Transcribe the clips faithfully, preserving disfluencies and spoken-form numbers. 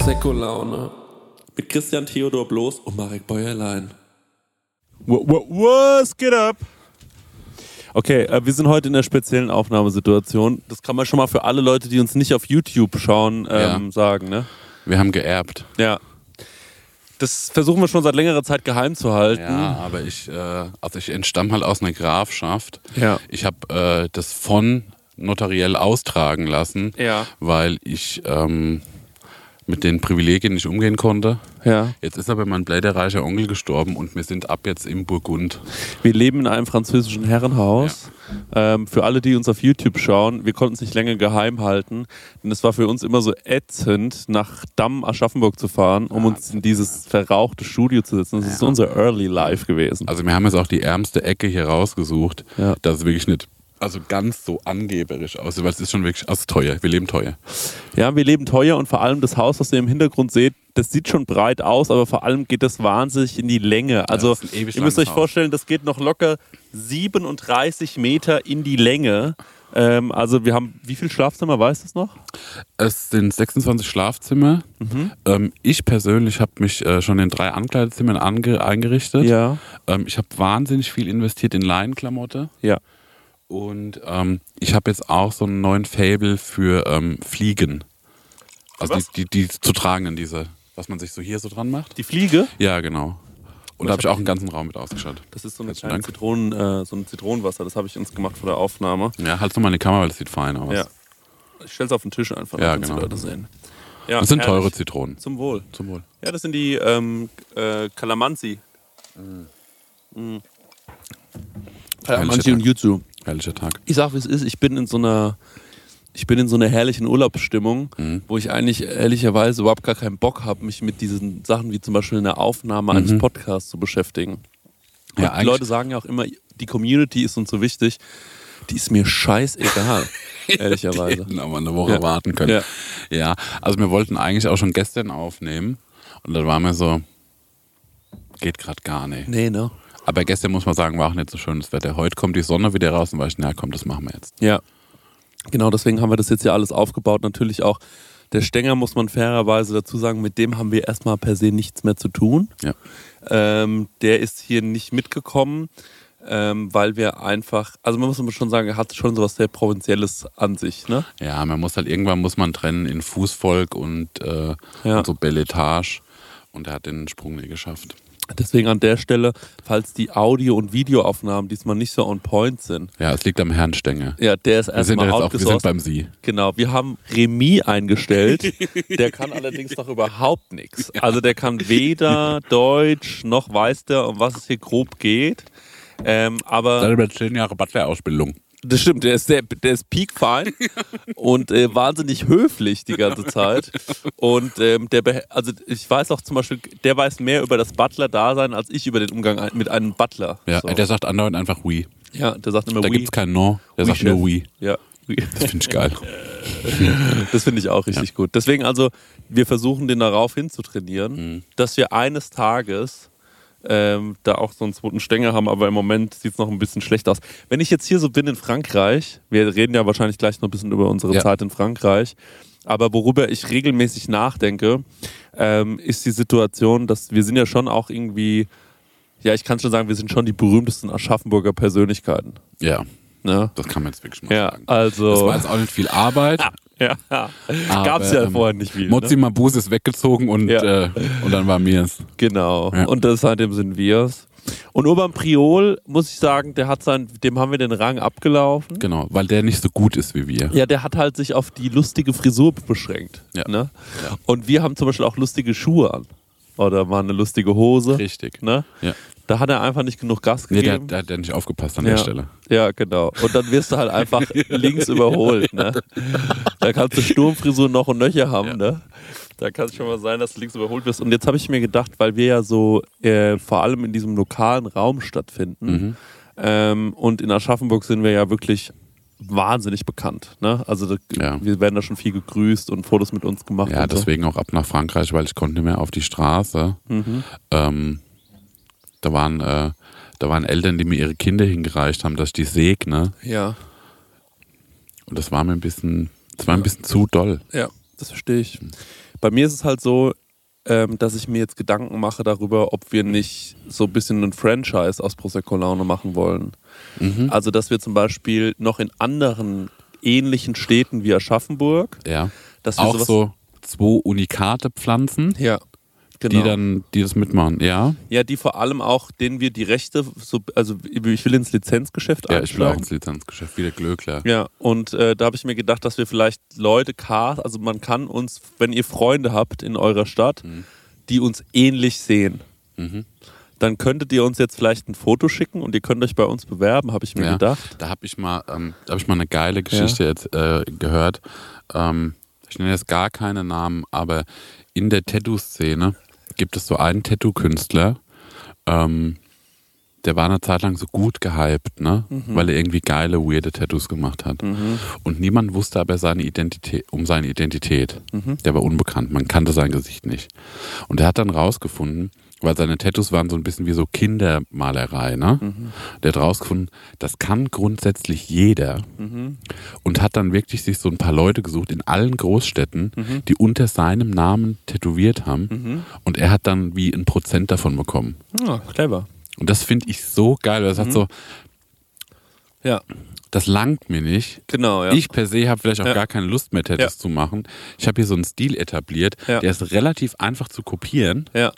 Prosecco-Laune mit Christian Theodor Bloß und Marek Bäuerlein. Was geht ab? Okay, äh, wir sind heute in einer speziellen Aufnahmesituation. Das kann man schon mal für alle Leute, die uns nicht auf YouTube schauen, ähm, ja. sagen, ne? Wir haben geerbt. Ja. Das versuchen wir schon seit längerer Zeit geheim zu halten. Ja, aber ich, äh, also ich entstamme halt aus einer Grafschaft. Ja. Ich habe äh, das von notariell austragen lassen, ja. weil ich ähm, mit den Privilegien nicht umgehen konnte. Ja. Jetzt ist aber mein bläderreicher Onkel gestorben und wir sind ab jetzt im Burgund. Wir leben in einem französischen Herrenhaus. Ja. Ähm, für alle, die uns auf YouTube schauen, wir konnten es nicht länger geheim halten, denn es war für uns immer so ätzend, nach Damm, Aschaffenburg zu fahren, um ja, uns in dieses verrauchte Studio zu setzen. Das ja. ist unser Early Life gewesen. Also wir haben jetzt auch die ärmste Ecke hier rausgesucht. Ja. Das ist wirklich nicht... Also ganz so angeberisch aus, weil es ist schon wirklich also teuer. Wir leben teuer. Ja, wir leben teuer und vor allem das Haus, was ihr im Hintergrund seht, das sieht schon breit aus, aber vor allem geht das wahnsinnig in die Länge. Also ja, ihr müsst euch Haus. vorstellen, das geht noch locker siebenunddreißig Meter in die Länge. Ähm, also wir haben, wie viele Schlafzimmer, weißt du es noch? Es sind sechsundzwanzig Schlafzimmer. Mhm. Ähm, ich persönlich habe mich äh, schon in drei Ankleidezimmern ange- eingerichtet. Ja. Ähm, ich habe wahnsinnig viel investiert in Leinenklamotte. Ja. Und ähm, ich habe jetzt auch so einen neuen Faible für ähm, Fliegen. Also die, die, die zu tragen, diese, was man sich so hier so dran macht. Die Fliege? Ja, genau. Und da habe ich auch einen ganzen Raum mit ausgestattet. Das ist so, eine kleine Zitronen, äh, so ein Zitronenwasser, das habe ich uns gemacht vor der Aufnahme. Ja, halt so mal in die Kamera, weil das sieht fein aus. Ja. Ich stelle es auf den Tisch einfach, ja, damit genau. die Leute sehen. Ja, das sind herrlich. teure Zitronen. Zum Wohl. Zum Wohl. Ja, das sind die ähm, äh, Calamansi. Mm. Mm. Calamansi und Yuzu. Herrlicher Tag. Ich sag, wie es ist, ich bin in so einer, ich bin in so einer herrlichen Urlaubsstimmung, mhm. wo ich eigentlich ehrlicherweise überhaupt gar keinen Bock habe, mich mit diesen Sachen wie zum Beispiel einer Aufnahme mhm. eines Podcasts zu beschäftigen. Und ja, die Leute sagen ja auch immer, die Community ist uns so wichtig. Die ist mir scheißegal, ehrlicherweise. Die hätten aber eine Woche ja. warten können. Ja. ja, also wir wollten eigentlich auch schon gestern aufnehmen und dann waren wir so, geht gerade gar nicht. Nee, ne? Aber gestern, muss man sagen, war auch nicht so schönes Wetter. Heute kommt die Sonne wieder raus und war ich, na komm, das machen wir jetzt. Ja, genau, deswegen haben wir das jetzt ja alles aufgebaut. Natürlich auch der Stenger, muss man fairerweise dazu sagen, mit dem haben wir erstmal per se nichts mehr zu tun. Ja. Ähm, der ist hier nicht mitgekommen, ähm, weil wir einfach, also man muss schon sagen, er hat schon sowas sehr Provinzielles an sich, ne? Ja, man muss halt, irgendwann muss man trennen in Fußvolk und, äh, ja. und so Belletage und er hat den Sprung nie geschafft. Deswegen an der Stelle, falls die Audio- und Videoaufnahmen diesmal nicht so on point sind. Ja, es liegt am Herrn Stenger. Ja, der ist erstmal outgesourced. Wir sind beim Sie. Genau, wir haben Remis eingestellt. Der kann allerdings noch überhaupt nichts. Also der kann weder Deutsch, noch weiß der, um was es hier grob geht. Ähm, aber Dann über zehn Jahre Butler-Ausbildung. Das stimmt, der ist, der, der ist peakfein und äh, wahnsinnig höflich die ganze Zeit. Und ähm, der, beh- also ich weiß auch zum Beispiel, der weiß mehr über das Butler-Dasein als ich über den Umgang mit einem Butler. Ja, so. Der sagt andauernd einfach oui. Ja, der sagt immer Da oui. Da gibt es kein No, der oui, sagt Chef. nur oui. Ja. Das finde ich geil. Das finde ich auch richtig ja. gut. Deswegen also, wir versuchen den darauf hinzutrainieren, mhm. dass wir eines Tages Ähm, da auch so einen zweiten Stänger haben, aber im Moment sieht es noch ein bisschen schlecht aus. Wenn ich jetzt hier so bin in Frankreich, wir reden ja wahrscheinlich gleich noch ein bisschen über unsere ja. Zeit in Frankreich, aber worüber ich regelmäßig nachdenke, ähm, ist die Situation, dass wir sind ja schon auch irgendwie, ja, ich kann schon sagen, wir sind schon die berühmtesten Aschaffenburger Persönlichkeiten. Ja, ne? Das kann man jetzt wirklich mal ja, sagen. Also das war jetzt auch nicht viel Arbeit. Ja, gab es ja ähm, vorher nicht viel. Mozzi ne? Mabuse ist weggezogen und, ja. äh, und dann war mir es. Genau, ja. und das, seitdem sind wir es. Und Urban Priol, muss ich sagen, der hat sein, dem haben wir den Rang abgelaufen. Genau, weil der nicht so gut ist wie wir. Ja, der hat halt sich auf die lustige Frisur beschränkt. Ja. Ne? Ja. Und wir haben zum Beispiel auch lustige Schuhe an. Oder mal eine lustige Hose. Richtig. Ne? Ja. Da hat er einfach nicht genug Gas Nee, gegeben. der, der hat ja nicht aufgepasst an ja. der Stelle. Ja, genau. Und dann wirst du halt einfach links überholt. Ne? Da kannst du Sturmfrisur noch und nöcher haben. Ja. Ne? Da kann es schon mal sein, dass du links überholt wirst. Und jetzt habe ich mir gedacht, weil wir ja so äh, vor allem in diesem lokalen Raum stattfinden Mhm. ähm, und in Aschaffenburg sind wir ja wirklich wahnsinnig bekannt. Ne? Also da, ja. wir werden da schon viel gegrüßt und Fotos mit uns gemacht. Ja, und deswegen so. Auch ab nach Frankreich, weil ich konnte nicht mehr auf die Straße. Mhm. Ähm, da waren äh, da waren Eltern, die mir ihre Kinder hingereicht haben, dass ich die segne. Ja. Und das war mir ein bisschen, das war ein bisschen zu doll. Ja, das verstehe ich. Bei mir ist es halt so, ähm, dass ich mir jetzt Gedanken mache darüber, ob wir nicht so ein bisschen ein Franchise aus Prosecco Laune machen wollen. Mhm. Also, dass wir zum Beispiel noch in anderen ähnlichen Städten wie Aschaffenburg, ja. dass wir auch sowas so zwei Unikate pflanzen, ja, genau. die dann, die das mitmachen, ja. Ja, die vor allem auch, denen wir die Rechte, so, also ich will ins Lizenzgeschäft ja, einsteigen. ich will auch ins Lizenzgeschäft, wie der Glöckler. Ja, und äh, da habe ich mir gedacht, dass wir vielleicht Leute cast, also man kann uns, wenn ihr Freunde habt in eurer Stadt, mhm. die uns ähnlich sehen, mhm. dann könntet ihr uns jetzt vielleicht ein Foto schicken und ihr könnt euch bei uns bewerben, habe ich mir ja, gedacht. Da habe ich mal, ähm, da habe ich mal eine geile Geschichte ja. jetzt äh, gehört. Ähm, ich nenne jetzt gar keine Namen, aber in der Tattoo-Szene gibt es so einen Tattoo-Künstler, ähm, der war eine Zeit lang so gut gehypt, ne? Mhm. Weil er irgendwie geile, weirde Tattoos gemacht hat. Mhm. Und niemand wusste aber seine Identität, um seine Identität. Mhm. Der war unbekannt, man kannte sein Gesicht nicht. Und er hat dann rausgefunden, weil seine Tattoos waren so ein bisschen wie so Kindermalerei, ne? Mhm. Der hat rausgefunden, das kann grundsätzlich jeder. Mhm. Und hat dann wirklich sich so ein paar Leute gesucht in allen Großstädten, mhm. die unter seinem Namen tätowiert haben. Mhm. Und er hat dann wie ein Prozent davon bekommen. Ah, clever. Und das finde ich so geil, weil das mhm. hat so, ja. das langt mir nicht. Genau, ja. Ich per se habe vielleicht auch ja. gar keine Lust mehr, Tattoos ja. zu machen. Ich habe hier so einen Stil etabliert, ja. der ist relativ einfach zu kopieren. Ja.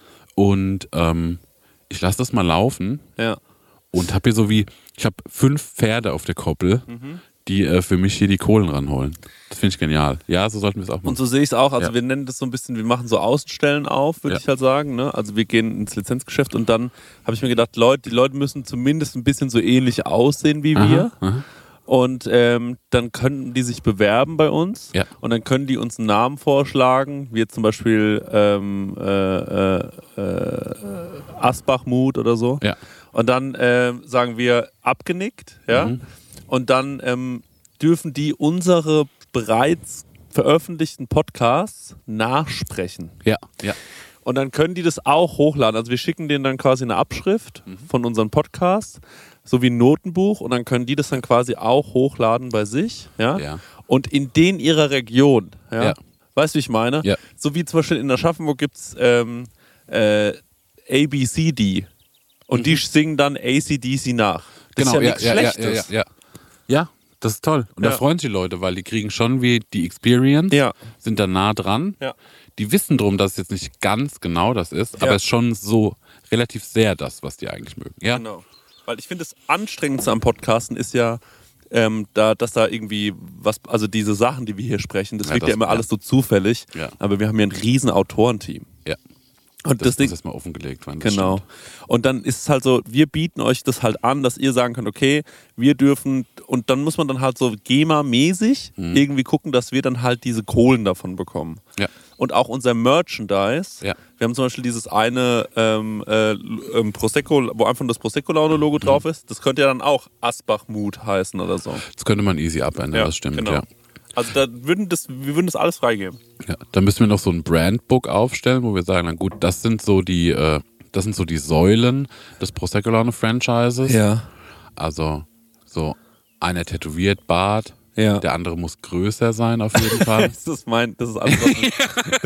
Und ähm, ich lasse das mal laufen. Ja. Und habe hier so wie, ich habe fünf Pferde auf der Koppel, mhm. die äh, für mich hier die Kohlen ranholen. Das finde ich genial. Ja, so sollten wir es auch machen. Und so sehe ich es auch. Also ja. wir nennen das so ein bisschen, wir machen so Außenstellen auf, würde ja. ich halt sagen. Ne? Also wir gehen ins Lizenzgeschäft und dann habe ich mir gedacht, Leute, die Leute müssen zumindest ein bisschen so ähnlich aussehen wie aha, wir. Aha. Und ähm, dann können die sich bewerben bei uns ja. und dann können die uns einen Namen vorschlagen, wie jetzt zum Beispiel ähm, äh, äh, äh, Asbachmut oder so. Ja. Und dann äh, sagen wir abgenickt, ja. Mhm. Und dann ähm, dürfen die unsere bereits veröffentlichten Podcasts nachsprechen. Ja, ja. Und dann können die das auch hochladen. Also wir schicken denen dann quasi eine Abschrift mhm. von unseren Podcasts, so wie ein Notenbuch, und dann können die das dann quasi auch hochladen bei sich. Ja? Ja. Und in den ihrer Region. Ja? Ja. Weißt du, wie ich meine? Ja. So wie zum Beispiel in Aschaffenburg gibt es ähm, äh, A B C D. Und mhm. die singen dann A C D C nach. Das genau, ist ja, ja nichts ja, Schlechtes. Ja, ja, ja. ja, das ist toll. Und ja. da freuen sich die Leute, weil die kriegen schon wie die Experience, ja. sind da nah dran. Ja. Die wissen drum, dass es jetzt nicht ganz genau das ist, ja. aber es ist schon so relativ sehr das, was die eigentlich mögen. Ja? Genau. Weil ich finde, das Anstrengendste am Podcasten ist ja, ähm, da, dass da irgendwie was, also diese Sachen, die wir hier sprechen, das ja, wirkt das, ja immer ja. alles so zufällig, ja. aber wir haben ja ein riesen Autorenteam. Ja. Und das, das Ding, muss erstmal offengelegt werden. Genau. Und dann ist es halt so, wir bieten euch das halt an, dass ihr sagen könnt, okay, wir dürfen, und dann muss man dann halt so GEMA-mäßig mhm. irgendwie gucken, dass wir dann halt diese Kohlen davon bekommen. Ja. Und auch unser Merchandise. Ja. Wir haben zum Beispiel dieses eine ähm, äh, ähm, Prosecco, wo einfach das Prosecco-Laune-Logo mhm. drauf ist. Das könnte ja dann auch Asbachmut heißen oder so. Das könnte man easy abändern, ja, das stimmt. Genau. Ja. Also da würden das, wir würden das alles freigeben. Ja, dann müssen wir noch so ein Brandbook aufstellen, wo wir sagen, na gut, das sind so die, äh, das sind so die Säulen des Prosecco Laune Franchises. Ja. Also so einer tätowiert Bart, ja. der andere muss größer sein auf jeden Fall. das ist mein, das ist alles, was ich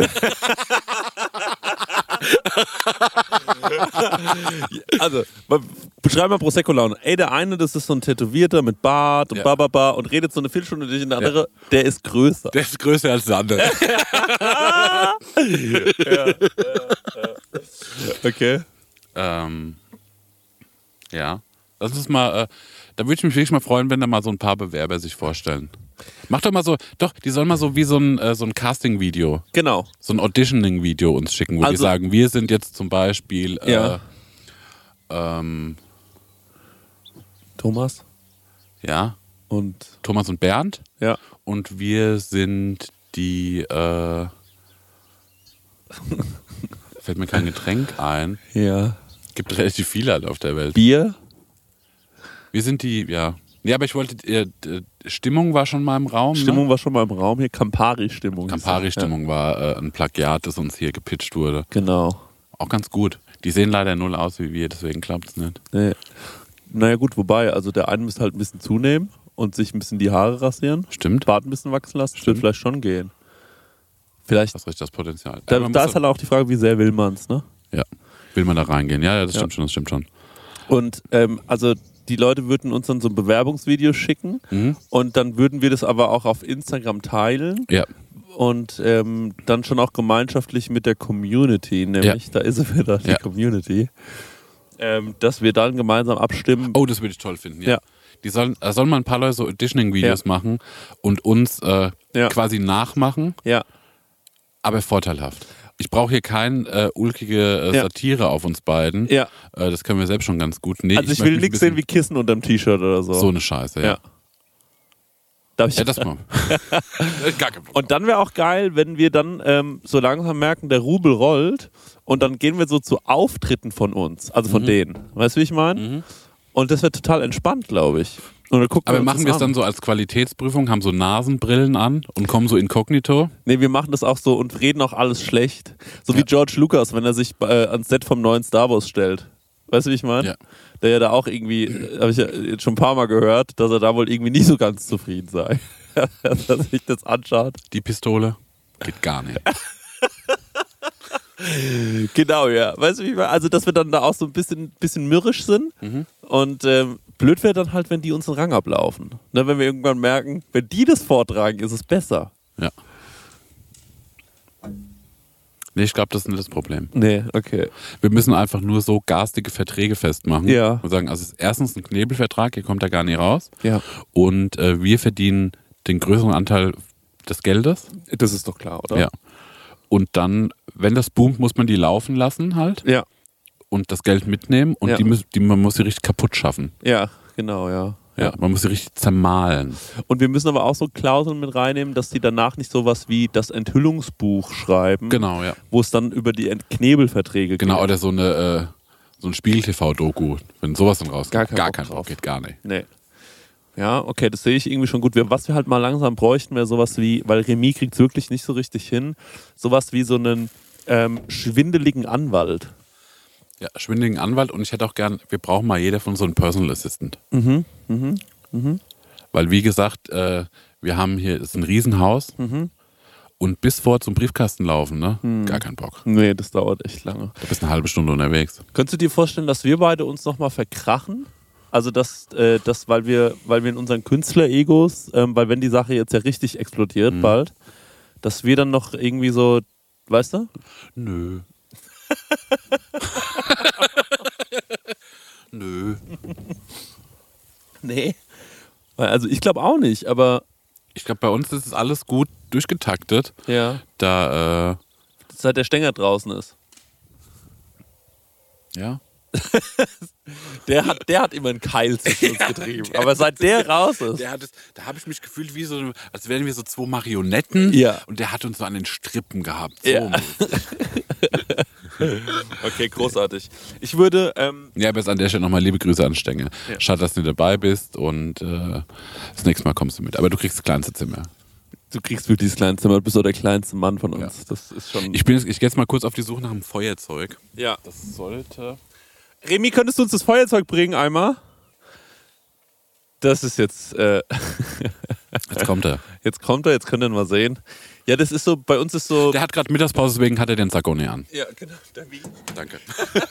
Also, beschreib mal Prosecco Laune. Ey, der eine, das ist so ein Tätowierter mit Bart und ja. bababa und redet so eine Viertelstunde durch, und der andere, ja. der ist größer. Der ist größer als der andere. ja, ja, ja. Okay. Ähm, ja. Lass uns mal, äh, da würde ich mich wirklich mal freuen, wenn da mal so ein paar Bewerber sich vorstellen. Mach doch mal so, doch, die sollen mal so wie so ein, äh, so ein Casting-Video. Genau. So ein Auditioning-Video uns schicken, wo also, die sagen, wir sind jetzt zum Beispiel äh, ja. ähm, Thomas. Ja. Und Thomas und Bernd. Ja. Und wir sind die äh, fällt mir kein Getränk ein. Ja. Gibt relativ viele halt auf der Welt. Bier? Wir sind die, ja. Ja, aber ich wollte, äh, Stimmung war schon mal im Raum. Stimmung ne? war schon mal im Raum, hier Campari-Stimmung. Campari-Stimmung ja. war äh, ein Plagiat, das uns hier gepitcht wurde. Genau. Auch ganz gut. Die sehen leider null aus wie wir, deswegen klappt es nicht. Nee. Naja gut, wobei, also der eine müsste halt ein bisschen zunehmen und sich ein bisschen die Haare rasieren. Stimmt. Bart ein bisschen wachsen lassen, das wird vielleicht schon gehen. Vielleicht. Das ist richtig das Potenzial. Da, da ist halt auch die Frage, wie sehr will man es, ne? Ja. Will man da reingehen? Ja, ja, das ja. stimmt schon, das stimmt schon. Und ähm, also die Leute würden uns dann so ein Bewerbungsvideo schicken mhm. und dann würden wir das aber auch auf Instagram teilen. Ja. Und ähm, dann schon auch gemeinschaftlich mit der Community, nämlich, ja. da ist sie wieder, die ja. Community, ähm, dass wir dann gemeinsam abstimmen. Oh, das würde ich toll finden, ja. ja. Die sollen, da sollen mal ein paar Leute so Auditioning-Videos ja. machen und uns äh, ja. quasi nachmachen, ja. aber vorteilhaft. Ich brauche hier keine äh, ulkige äh, ja. Satire auf uns beiden. Ja. Äh, das können wir selbst schon ganz gut. Nee, also ich, ich will nichts sehen wie Kissen unterm T-Shirt oder so. So eine Scheiße, ja. ja. Darf ich ja, das mal. Gar kein Problem. Und dann wäre auch geil, wenn wir dann ähm, so langsam merken, der Rubel rollt und dann gehen wir so zu Auftritten von uns, also von mhm. denen. Weißt du, wie ich meine? Mhm. Und das wird total entspannt, glaube ich. Und dann gucken Aber wir machen wir es dann so als Qualitätsprüfung, haben so Nasenbrillen an und kommen so inkognito? Nee, wir machen das auch so und reden auch alles schlecht. So ja. wie George Lucas, wenn er sich äh, ans Set vom neuen Star Wars stellt. Weißt du, wie ich meine? Ja. Der ja da auch irgendwie, habe ich ja jetzt schon ein paar Mal gehört, dass er da wohl irgendwie nicht so ganz zufrieden sei. Dass er sich das anschaut. Die Pistole geht gar nicht. Genau, ja. Weißt du, wie ich meine? Also, dass wir dann da auch so ein bisschen, bisschen mürrisch sind. Mhm. Und ähm, blöd wäre dann halt, wenn die uns den Rang ablaufen. Ne, wenn wir irgendwann merken, wenn die das vortragen, ist es besser. Ja. Nee, ich glaube, das ist nicht das Problem. Nee, okay. Wir müssen einfach nur so garstige Verträge festmachen. Ja. Und sagen, also es ist erstens ein Knebelvertrag, hier kommt er gar nicht raus. Ja. Und äh, wir verdienen den größeren Anteil des Geldes. Das ist doch klar, oder? Ja. Und dann, wenn das boomt, muss man die laufen lassen halt. Ja. Und das Geld mitnehmen und ja. die, muss, die, man muss sie richtig kaputt schaffen. Ja, genau, ja. Ja, ja, man muss sie richtig zermahlen. Und wir müssen aber auch so Klauseln mit reinnehmen, dass die danach nicht sowas wie das Enthüllungsbuch schreiben. Genau, ja. Wo es dann über die Knebelverträge geht. Genau, oder so eine äh, so ein Spiegel-T V-Doku. Wenn sowas dann rauskommt. Gar kein, gar Bock kein drauf. Bock, geht gar nicht. Nee. Ja, okay, das sehe ich irgendwie schon gut. Was wir halt mal langsam bräuchten, wäre sowas wie, weil Remy kriegt es wirklich nicht so richtig hin, sowas wie so einen ähm, schwindeligen Anwalt. Ja, schwindeligen Anwalt und ich hätte auch gern, wir brauchen mal jeder von so einem Personal Assistant. Mhm, mhm, mhm. Weil wie gesagt, äh, wir haben hier, es ist ein Riesenhaus mhm. und bis vor zum Briefkasten laufen, ne? Mhm. Gar keinen Bock. Nee, das dauert echt lange. Du bist eine halbe Stunde unterwegs. Könntest du dir vorstellen, dass wir beide uns nochmal verkrachen? Also das, äh, das weil wir, weil wir in unseren Künstler-Egos, ähm, weil wenn die Sache jetzt ja richtig explodiert mhm. bald, dass wir dann noch irgendwie so, weißt du? Nö. Nö. Nee. Also ich glaube auch nicht, aber... Ich glaube, bei uns ist es alles gut durchgetaktet. Ja. Da, äh... Seit der Stenger draußen ist. Ja. der, hat, der hat immer einen Keil zwischen uns getrieben. Ja, aber seit der raus ist. Der hat es, da habe ich mich gefühlt, wie so, als wären wir so zwei Marionetten. Ja. Und der hat uns so an den Strippen gehabt. So ja. Okay, großartig. Ich würde... Ähm ja, aber jetzt an der Stelle nochmal liebe Grüße an Stenge. Ja. Schade, dass du nicht dabei bist und äh, das nächste Mal kommst du mit. Aber du kriegst das kleinste Zimmer. Du kriegst wirklich das kleinste Zimmer, du bist doch der kleinste Mann von uns. Ja. Das ist schon... Ich, bin jetzt, ich gehe jetzt mal kurz auf die Suche nach einem Feuerzeug. Ja. Das sollte... Remy, könntest du uns das Feuerzeug bringen einmal? Das ist jetzt... Äh jetzt kommt er. Jetzt kommt er, jetzt könnt ihr ihn mal sehen. Ja, das ist so, bei uns ist so... Der hat gerade Mittagspause, deswegen hat er den Sakko nicht an. Ja, genau. Der Wie. Danke.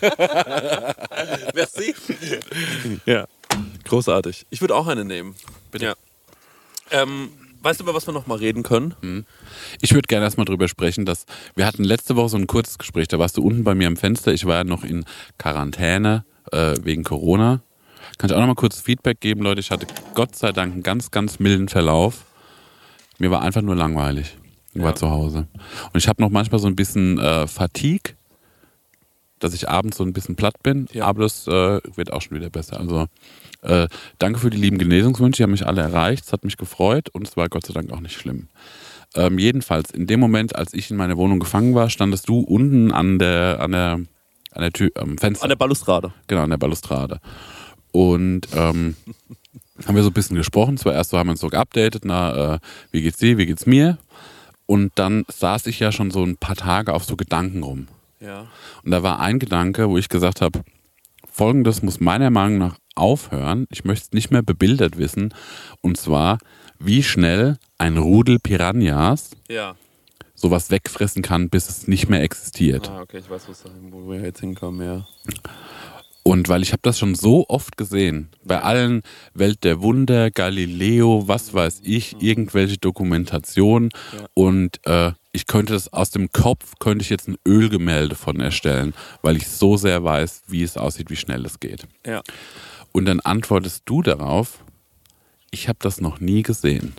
Merci. Ja, großartig. Ich würde auch eine nehmen. Bitte. Ja. Ähm, weißt du, über was wir noch mal reden können? Hm. Ich würde gerne erstmal drüber sprechen, dass wir hatten letzte Woche so ein kurzes Gespräch, da warst du unten bei mir am Fenster, ich war ja noch in Quarantäne äh, wegen Corona. Kann ich auch noch mal kurz Feedback geben, Leute? Ich hatte Gott sei Dank einen ganz, ganz milden Verlauf. Mir war einfach nur langweilig. Ich war ja. zu Hause. Und ich habe noch manchmal so ein bisschen äh, Fatigue, dass ich abends so ein bisschen platt bin, ja. aber das äh, wird auch schon wieder besser. Also äh, danke für die lieben Genesungswünsche, die haben mich alle erreicht, es hat mich gefreut und es war Gott sei Dank auch nicht schlimm. Ähm, jedenfalls, in dem Moment, als ich in meiner Wohnung gefangen war, standest du unten an der, an der, an der Tür, am Fenster. An der Balustrade. Genau, an der Balustrade. Und ähm, haben wir so ein bisschen gesprochen. Zuerst so haben wir uns so geupdatet, na, äh, wie geht's dir, wie geht's mir? Und dann saß ich ja schon so ein paar Tage auf so Gedanken rum. Ja. Und da war ein Gedanke, wo ich gesagt habe, Folgendes muss meiner Meinung nach aufhören. Ich möchte es nicht mehr bebildert wissen. Und zwar, wie schnell ein Rudel Piranhas ja. sowas wegfressen kann, bis es nicht mehr existiert. Ah, okay, ich weiß, wo wir jetzt hinkommen, ja. Und weil ich habe das schon so oft gesehen, bei allen Welt der Wunder, Galileo, was weiß ich, irgendwelche Dokumentationen Ja. und äh, ich könnte das aus dem Kopf, könnte ich jetzt ein Ölgemälde von erstellen, weil ich so sehr weiß, wie es aussieht, wie schnell es geht. Ja. Und dann antwortest du darauf, ich habe das noch nie gesehen.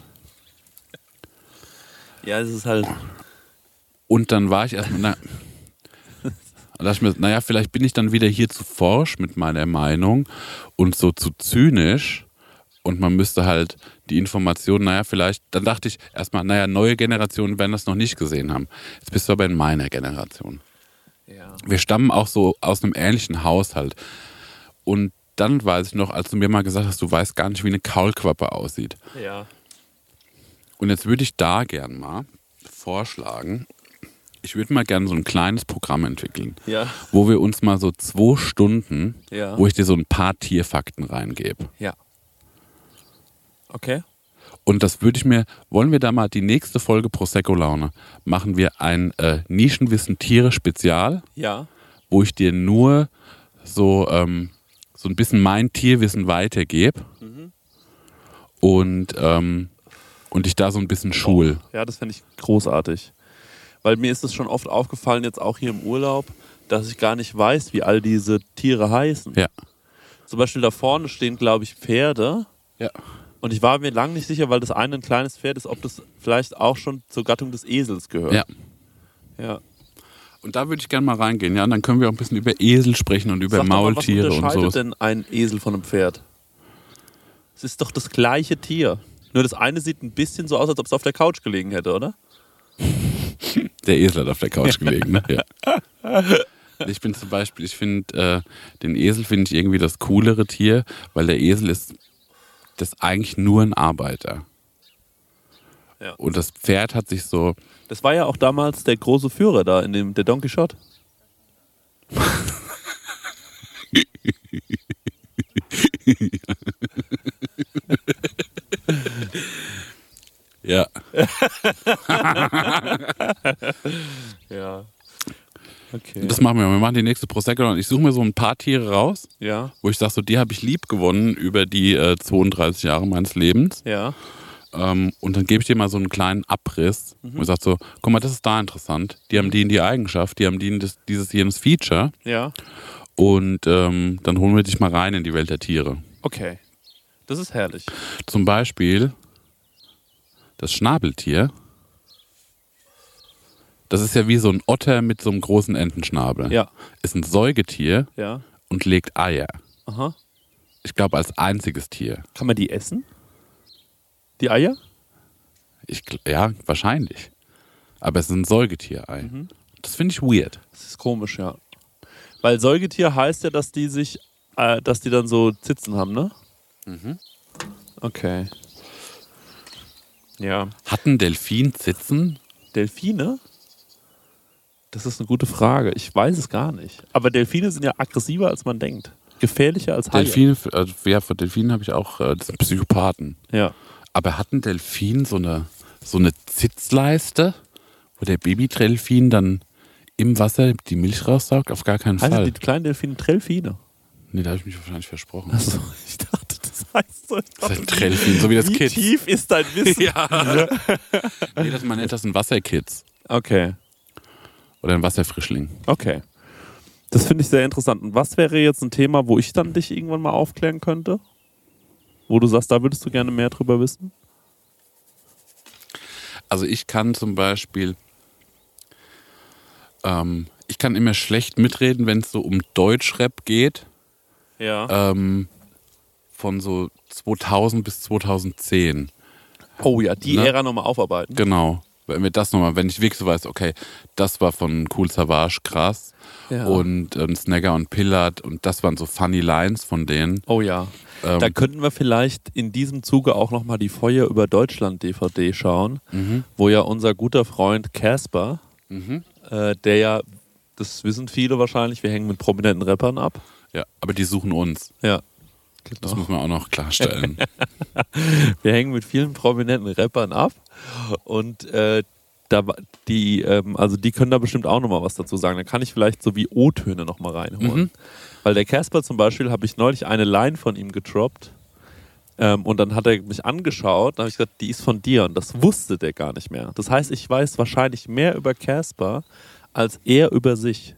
Ja, es ist halt... Und dann war ich erstmal, na, da dachte ich mir, naja, vielleicht bin ich dann wieder hier zu forsch mit meiner Meinung und so zu zynisch und man müsste halt die Informationen, naja, vielleicht, dann dachte ich erstmal, naja, neue Generationen werden das noch nicht gesehen haben. Jetzt bist du aber in meiner Generation. Ja. Wir stammen auch so aus einem ähnlichen Haushalt. Und dann weiß ich noch, als du mir mal gesagt hast, du weißt gar nicht, wie eine Kaulquappe aussieht. Ja. Und jetzt würde ich da gern mal vorschlagen, ich würde mal gerne so ein kleines Programm entwickeln, Ja. wo wir uns mal so zwei Stunden, Ja. wo ich dir so ein paar Tierfakten reingebe. Ja. Okay. Und das würde ich mir, wollen wir da mal die nächste Folge Prosecco-Laune, machen wir ein äh, Nischenwissen-Tiere-Spezial, Ja. wo ich dir nur so, ähm, so ein bisschen mein Tierwissen weitergebe Mhm. und, ähm, und ich da so ein bisschen schul. Ja, das fände ich großartig. Weil mir ist es schon oft aufgefallen, jetzt auch hier im Urlaub, dass ich gar nicht weiß, wie all diese Tiere heißen. Ja. Zum Beispiel da vorne stehen, glaube ich, Pferde. Ja. Und ich war mir lange nicht sicher, weil das eine ein kleines Pferd ist, ob das vielleicht auch schon zur Gattung des Esels gehört. Ja. Ja. Und da würde ich gerne mal reingehen, ja. Und dann können wir auch ein bisschen über Esel sprechen und über Sag doch mal, Maultiere was und unterscheidet so. denn ein Esel von einem Pferd? Es ist doch das gleiche Tier. Nur das eine sieht ein bisschen so aus, als ob es auf der Couch gelegen hätte, oder? Der Esel hat auf der Couch gelegen, ne? Ja. Ich bin zum Beispiel, ich finde, äh, den Esel finde ich irgendwie das coolere Tier, weil der Esel ist das ist eigentlich nur ein Arbeiter. Ja. Und das Pferd hat sich so, Das war ja auch damals der große Führer da in dem der Don Quixote. ja. Ja. Okay. Das machen wir. Wir machen die nächste Prosecco und ich suche mir so ein paar Tiere raus, Ja. wo ich sage, so die habe ich lieb gewonnen über die äh, zweiunddreißig Jahre meines Lebens. Ja. Ähm, und dann gebe ich dir mal so einen kleinen Abriss mhm. und sage so, guck mal, das ist da interessant. Die haben die in die Eigenschaft, die haben die in das, dieses jenes Feature. Ja. Und ähm, dann holen wir dich mal rein in die Welt der Tiere. Okay. Das ist herrlich. Zum Beispiel das Schnabeltier. Das ist ja wie so ein Otter mit so einem großen Entenschnabel. Ja. Ist ein Säugetier Ja. und legt Eier. Aha. Ich glaube, als einziges Tier. Kann man die essen? Die Eier? Ich, ja, wahrscheinlich. Aber es ist ein Säugetierei. Mhm. Das finde ich weird. Das ist komisch, ja. Weil Säugetier heißt ja, dass die sich, äh, dass die dann so Zitzen haben, ne? Mhm. Okay. Ja. Hat ein Delfin Zitzen? Delfine? Das ist eine gute Frage. Ich weiß es gar nicht. Aber Delfine sind ja aggressiver, als man denkt. Gefährlicher als Haie. Delfine, also, ja, von Delfinen habe ich auch, äh, das sind Psychopathen. Ja. Aber hat ein Delfin so eine, so eine Zitzleiste, wo der Babydelfin dann im Wasser die Milch raussaugt? Auf gar keinen Heißen Fall. die kleinen Delfine Trellfine? Nee, da habe ich mich wahrscheinlich versprochen. Achso, ich dachte, das heißt so. Ich Das dachte, ist ein Trellfin, so wie das wie Kids. tief ist dein Wissen? Ja. Nee, das, man nennt das ein Wasserkids. Okay, Oder ein Wasserfrischling. okay. Das finde ich sehr interessant. Und was wäre jetzt ein Thema, wo ich dann dich irgendwann mal aufklären könnte? Wo du sagst, da würdest du gerne mehr drüber wissen? Also ich kann zum Beispiel, ähm, ich kann immer schlecht mitreden, wenn es so um Deutschrap geht. Ja. Ähm, von so zweitausend bis zweitausendzehn. Oh ja, die ne? Ära nochmal aufarbeiten. Genau. Wenn wir das nochmal, wenn ich wirklich so weiß, okay, das war von Kool Savage krass Ja. und ähm, Snagger und Pillard und das waren so funny Lines von denen. Oh ja. Ähm, Da könnten wir vielleicht in diesem Zuge auch nochmal die Feuer über Deutschland D V D schauen, mhm. wo ja unser guter Freund Casper, Mhm. äh, der ja, das wissen viele wahrscheinlich, wir hängen mit prominenten Rappern ab. Ja, aber die suchen uns. Ja. Das muss man auch noch klarstellen. Wir hängen mit vielen prominenten Rappern ab und äh, da, die, ähm, also die können da bestimmt auch nochmal was dazu sagen. Da kann ich vielleicht so wie O-Töne nochmal reinholen. Mhm. Weil der Casper zum Beispiel, habe ich neulich eine Line von ihm getroppt. Ähm, und dann hat er mich angeschaut, dann habe ich gesagt, die ist von dir. Und das wusste der gar nicht mehr. Das heißt, ich weiß wahrscheinlich mehr über Casper als er über sich.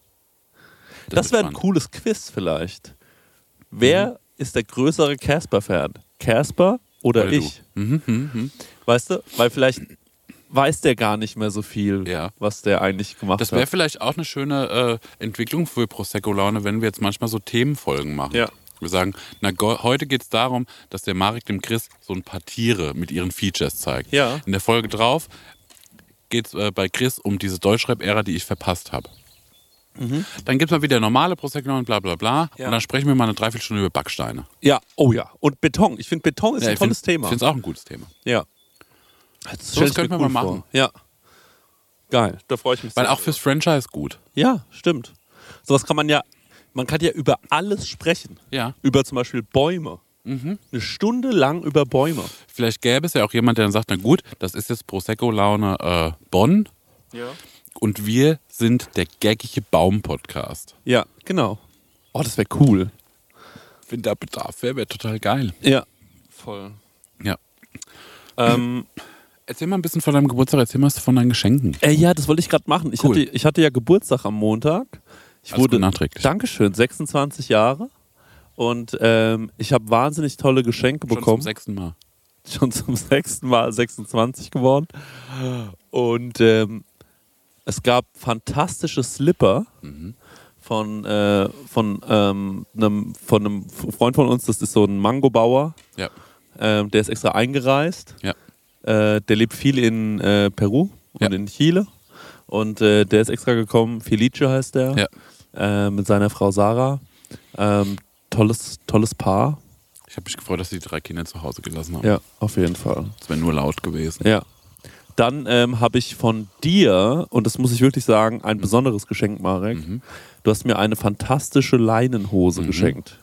Das, das wäre ein cooles Quiz vielleicht. Wer mhm. ist der größere Casper-Fan? Casper oder, oder ich? Mhm, mh, mh. Weißt du? Weil vielleicht weiß der gar nicht mehr so viel, ja. was der eigentlich gemacht das hat. Das wäre vielleicht auch eine schöne äh, Entwicklung für Prosecco-Laune, wenn wir jetzt manchmal so Themenfolgen machen. Ja. Wir sagen, na, heute geht es darum, dass der Marek dem Chris so ein paar Tiere mit ihren Features zeigt. Ja. In der Folge drauf geht es äh, bei Chris um diese Deutschrap-Ära, die ich verpasst habe. Mhm. Dann gibt es mal wieder normale Prosecco und bla bla bla. Ja. Und dann sprechen wir mal eine Dreiviertelstunde über Backsteine. Ja, oh ja. Und Beton. Ich finde, Beton ist ja, ein tolles find, Thema. Ich finde es auch ein gutes Thema. Ja. Das, so, das könnten wir cool mal machen. Vor. Ja. Geil, da freue ich mich Weil sehr. auch fürs Franchise gut. Ja, stimmt. Sowas kann man ja, man kann ja über alles sprechen. Ja. Über zum Beispiel Bäume. Mhm. Eine Stunde lang über Bäume. Vielleicht gäbe es ja auch jemand, der dann sagt, na gut, das ist jetzt Prosecco-Laune äh, Bonn. Ja. Und wir sind der gaggige Baum-Podcast. Ja, genau. Oh, das wäre cool. Wenn da Bedarf wäre, wäre total geil. Ja, voll. Ja. Ähm, erzähl mal ein bisschen von deinem Geburtstag, erzähl mal von deinen Geschenken. Äh, ja, das wollte ich gerade machen. Ich, cool. hatte, ich hatte ja Geburtstag am Montag. Ich Alles wurde gut nachträglich. Dankeschön, sechsundzwanzig Jahre. Und ähm, ich habe wahnsinnig tolle Geschenke Schon bekommen. Schon zum sechsten Mal. Schon zum sechsten Mal sechsundzwanzig geworden. Und ähm, es gab fantastische Slipper mhm. von, äh, von, ähm, einem, von einem Freund von uns, das ist so ein Mangobauer. Ja. Ähm, der ist extra eingereist. Ja. Äh, der lebt viel in äh, Peru und ja. in Chile. Und äh, der ist extra gekommen. Felice heißt der. Ja. Äh, mit seiner Frau Sarah. Ähm, tolles, tolles Paar. Ich habe mich gefreut, dass sie die drei Kinder zu Hause gelassen haben. Ja, auf jeden Fall. Das wäre nur laut gewesen. Ja. Dann ähm, habe ich von dir, und das muss ich wirklich sagen, ein besonderes Geschenk, Marek. Mhm. Du hast mir eine fantastische Leinenhose mhm. geschenkt.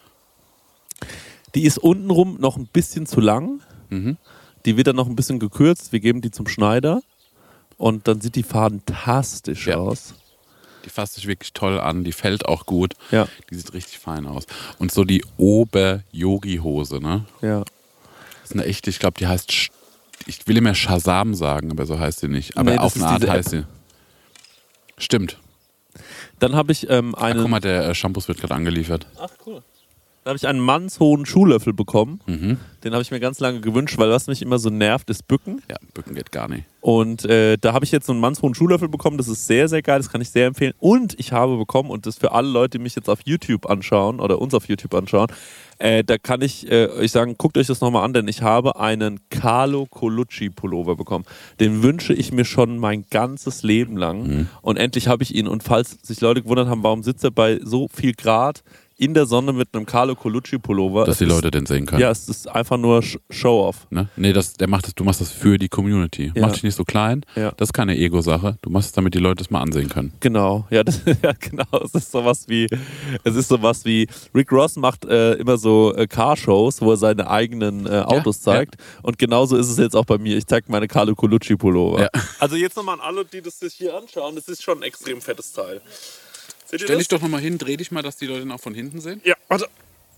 Die ist untenrum noch ein bisschen zu lang. Mhm. Die wird dann noch ein bisschen gekürzt. Wir geben die zum Schneider. Und dann sieht die fantastisch ja. aus. Die fasst sich wirklich toll an. Die fällt auch gut. Ja. Die sieht richtig fein aus. Und so die Ober-Yogi-Hose, ne? Ja. Das ist eine echte, ich glaube, die heißt, ich will immer Shazam sagen, aber so heißt sie nicht. Aber nee, auf eine Art heißt sie. Stimmt. Dann habe ich ähm, einen... Ach, guck mal, der äh, Shampoo wird gerade angeliefert. Ach, cool. Da habe ich einen mannshohen Schuhlöffel bekommen. Mhm. Den habe ich mir ganz lange gewünscht, weil was mich immer so nervt, ist Bücken. Ja, Bücken geht gar nicht. Und äh, da habe ich jetzt so einen mannshohen Schuhlöffel bekommen. Das ist sehr, sehr geil. Das kann ich sehr empfehlen. Und ich habe bekommen, und das für alle Leute, die mich jetzt auf YouTube anschauen oder uns auf YouTube anschauen, äh, da kann ich äh, euch sagen, guckt euch das nochmal an, denn ich habe einen Carlo Colucci Pullover bekommen. Den wünsche ich mir schon mein ganzes Leben lang. Mhm. Und endlich habe ich ihn. Und falls sich Leute gewundert haben, warum sitzt er bei so viel Grad in der Sonne mit einem Carlo Colucci Pullover. Dass die Leute den sehen können. Ja, es ist einfach nur Show-off. Ne? Nee, das, der macht das, du machst das für die Community. Ja. Mach dich nicht so klein. Ja. Das ist keine Ego-Sache. Du machst es, damit die Leute es mal ansehen können. Genau. Ja, das, ja, genau. Es ist sowas wie, es ist sowas wie, Rick Ross macht äh, immer so äh, Car-Shows, wo er seine eigenen äh, Autos ja, zeigt. Ja. Und genauso ist es jetzt auch bei mir. Ich zeige meine Carlo Colucci Pullover. Ja. Also jetzt nochmal an alle, die das sich hier anschauen. Das ist schon ein extrem fettes Teil. Stell dich doch nochmal hin, dreh dich mal, dass die Leute ihn auch von hinten sehen. Ja, warte.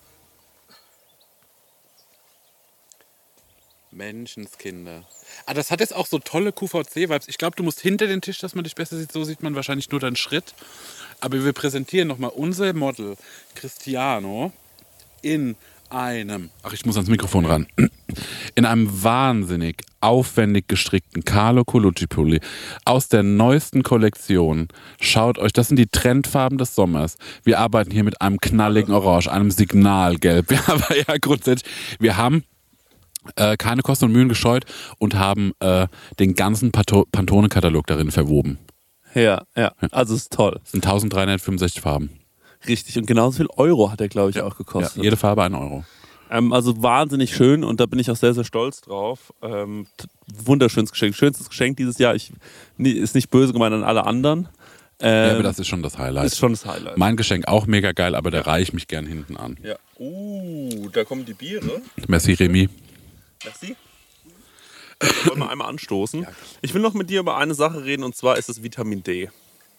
Menschenskinder. Ah, das hat jetzt auch so tolle Q V C-Vibes. Ich glaube, du musst hinter den Tisch, dass man dich besser sieht. So sieht man wahrscheinlich nur deinen Schritt. Aber wir präsentieren nochmal unser Model Cristiano in einem, ach, ich muss ans Mikrofon ran, in einem wahnsinnig aufwendig gestrickten Carlo Colucci Pulli aus der neuesten Kollektion. Schaut euch, das sind die Trendfarben des Sommers. Wir arbeiten hier mit einem knalligen Orange, einem Signalgelb. Ja, aber ja, grundsätzlich, wir haben äh, keine Kosten und Mühen gescheut und haben äh, den ganzen Pantone-Katalog darin verwoben. Ja, ja, also ist toll. Es sind dreizehnhundertfünfundsechzig Farben. Richtig, und genauso viel Euro hat er, glaube ich, ja. auch gekostet. Ja, jede Farbe ein Euro. Ähm, also wahnsinnig schön und da bin ich auch sehr, sehr stolz drauf. Ähm, wunderschönes Geschenk. Schönstes Geschenk dieses Jahr. Ich, ist nicht böse gemeint an alle anderen. Ähm, ja, aber das ist schon das Highlight. Ist schon das Highlight. Mein Geschenk auch mega geil, aber da reiche ich mich gern hinten an. Ja. Uh, da kommen die Biere. Merci, Remy. Merci. Wollen wir einmal anstoßen? Ich will noch mit dir über eine Sache reden, und zwar ist es Vitamin D.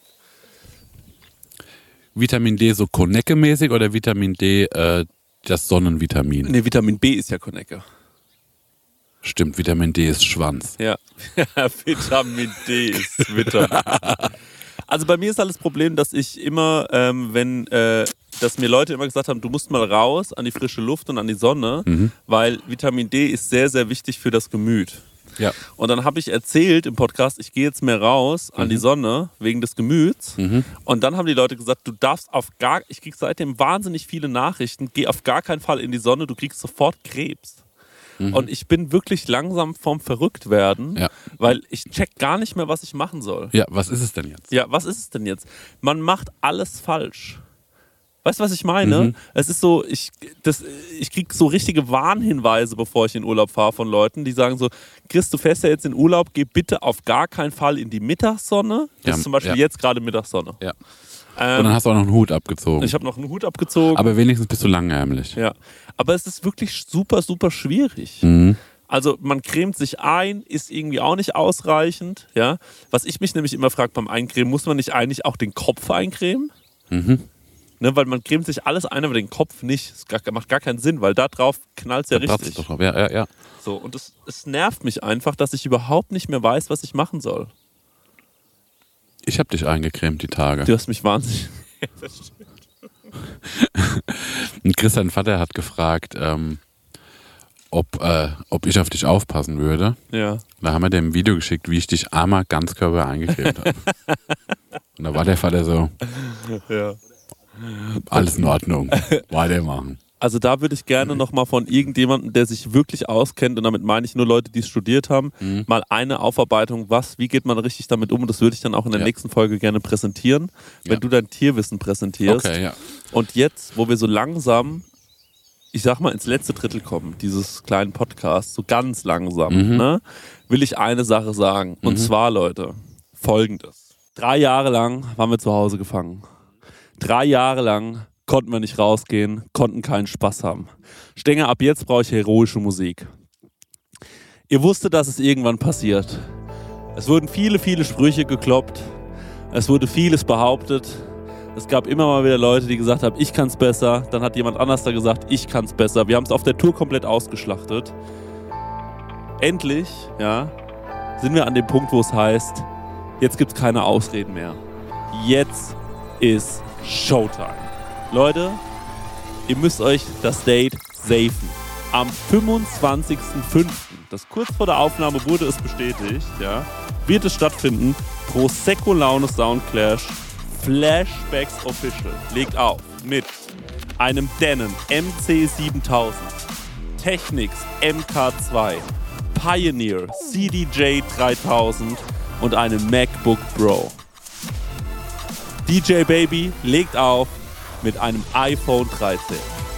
Vitamin D so Konecke-mäßig oder Vitamin D äh, das Sonnenvitamin? Nee, Vitamin B ist ja Konecke. Stimmt, Vitamin D ist Schwanz. Ja, Vitamin D ist Vitamin. Also bei mir ist halt das Problem, dass ich immer, ähm, wenn, äh, dass mir Leute immer gesagt haben, du musst mal raus an die frische Luft und an die Sonne, mhm. weil Vitamin D ist sehr, sehr wichtig für das Gemüt. Ja. Und dann habe ich erzählt im Podcast, ich gehe jetzt mehr raus an mhm. die Sonne wegen des Gemüts. Mhm. Und dann haben die Leute gesagt, du darfst auf gar, ich kriege seitdem wahnsinnig viele Nachrichten, geh auf gar keinen Fall in die Sonne, du kriegst sofort Krebs. Mhm. Und ich bin wirklich langsam vom Verrücktwerden, ja. weil ich check gar nicht mehr, was ich machen soll. Ja, was ist es denn jetzt? Ja, was ist es denn jetzt? Man macht alles falsch. Weißt du, was ich meine? Mhm. Es ist so, ich, das, ich kriege so richtige Warnhinweise, bevor ich in Urlaub fahre, von Leuten, die sagen so, Chris, du fährst ja jetzt in Urlaub, geh bitte auf gar keinen Fall in die Mittagssonne. Das ja, ist zum Beispiel ja. jetzt gerade Mittagssonne. Ja. Ähm, und dann hast du auch noch einen Hut abgezogen. Ich habe noch einen Hut abgezogen. Aber wenigstens bist du langärmlich. Ja. Aber es ist wirklich super, super schwierig. Mhm. Also man cremt sich ein, ist irgendwie auch nicht ausreichend. Ja? Was ich mich nämlich immer frage beim Eincremen, muss man nicht eigentlich auch den Kopf eincremen? Mhm. Ne, weil man cremt sich alles ein, aber den Kopf nicht. Das macht gar keinen Sinn, weil da drauf knallt es ja da richtig. Doch drauf. Ja, ja, ja. So, und es, es nervt mich einfach, dass ich überhaupt nicht mehr weiß, was ich machen soll. Ich habe dich eingecremt die Tage. Du hast mich wahnsinnig... Das stimmt. Und Chris, sein Vater, hat gefragt, ähm, ob, äh, ob ich auf dich aufpassen würde. Ja. Da haben wir dem ein Video geschickt, wie ich dich einmal Ganzkörper eingecremt habe. Und da war der Vater so, ja. alles in Ordnung, weitermachen. Also da würde ich gerne nochmal von irgendjemandem, der sich wirklich auskennt, und damit meine ich nur Leute, die es studiert haben, mhm. mal eine Aufarbeitung, was, wie geht man richtig damit um, und das würde ich dann auch in der ja. nächsten Folge gerne präsentieren, wenn ja. du dein Tierwissen präsentierst. Okay, ja. Und jetzt, wo wir so langsam, ich sag mal, ins letzte Drittel kommen, dieses kleinen Podcasts, so ganz langsam, mhm. ne, will ich eine Sache sagen. Und mhm. zwar, Leute, Folgendes. Drei Jahre lang waren wir zu Hause gefangen. Drei Jahre lang konnten wir nicht rausgehen, konnten keinen Spaß haben. Stenger, ab jetzt brauche ich heroische Musik. Ihr wusstet, dass es irgendwann passiert. Es wurden viele, viele Sprüche gekloppt. Es wurde vieles behauptet. Es gab immer mal wieder Leute, die gesagt haben, ich kann es besser. Dann hat jemand anders da gesagt, ich kann es besser. Wir haben es auf der Tour komplett ausgeschlachtet. Endlich, ja, sind wir an dem Punkt, wo es heißt, jetzt gibt es keine Ausreden mehr. Jetzt ist Showtime. Leute, ihr müsst euch das Date safen. Am fünfundzwanzigsten fünften, das kurz vor der Aufnahme wurde es bestätigt, ja, wird es stattfinden. Prosecco Laune Soundclash Flashbacks Official legt auf mit einem Denon M C siebentausend, Technics M K zwei, Pioneer C D J dreitausend und einem MacBook Pro. D J Baby legt auf mit einem iPhone dreizehn.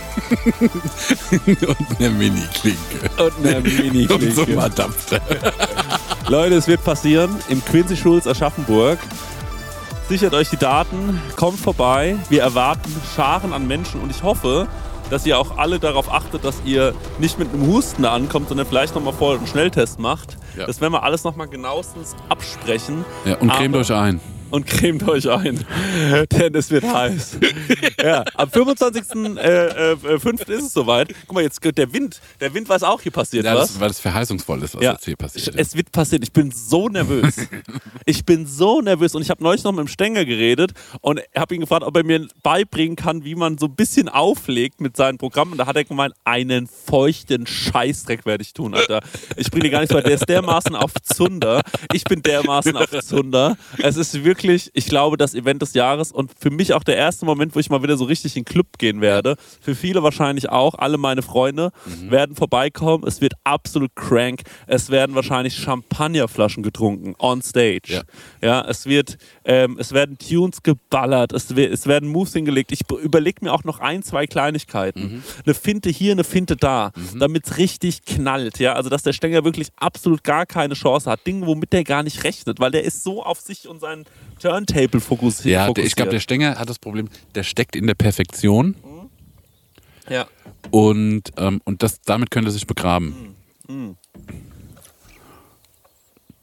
Und einer Mini-Klinke. Und einer Mini-Klinke. Und so ein Adapter. Leute, es wird passieren im Quincy Schulz Aschaffenburg. Sichert euch die Daten, kommt vorbei. Wir erwarten Scharen an Menschen und ich hoffe, dass ihr auch alle darauf achtet, dass ihr nicht mit einem Husten da ankommt, sondern vielleicht nochmal vorher einen Schnelltest macht. Ja. Das werden wir alles nochmal genauestens absprechen. Ja, und cremt euch ein. Und cremt euch ein, denn es wird heiß. Ja, am fünfundzwanzigsten fünften ist es soweit. Guck mal, jetzt der Wind, der Wind weiß auch, hier passiert ja, was. Das, weil es verheißungsvoll ist, was ja, jetzt hier passiert. Es wird passieren. Ich bin so nervös. Ich bin so nervös und ich habe neulich noch mit dem Stenger geredet und habe ihn gefragt, ob er mir beibringen kann, wie man so ein bisschen auflegt mit seinen Programmen. Und da hat er gemeint, einen feuchten Scheißdreck werde ich tun, Alter. Ich bringe dir gar nichts bei. Der ist dermaßen auf Zunder. Ich bin dermaßen auf Zunder. Es ist wirklich ich glaube, das Event des Jahres und für mich auch der erste Moment, wo ich mal wieder so richtig in den Club gehen werde. Für viele wahrscheinlich auch. Alle meine Freunde mhm. werden vorbeikommen. Es wird absolut crank. Es werden wahrscheinlich Champagnerflaschen getrunken on stage. Ja, ja es, wird, ähm, es werden Tunes geballert. Es, es werden Moves hingelegt. Ich überlege mir auch noch ein, zwei Kleinigkeiten. Mhm. Eine Finte hier, eine Finte da, mhm. damit es richtig knallt. Ja? Also, dass der Stenger wirklich absolut gar keine Chance hat. Dinge, womit der gar nicht rechnet, weil der ist so auf sich und seinen Turntable fokussiert. Ja, fokussiert. Ich glaube, der Stenger hat das Problem, der steckt in der Perfektion. Mhm. Ja. Und, ähm, und das, damit könnte er sich begraben. Mhm.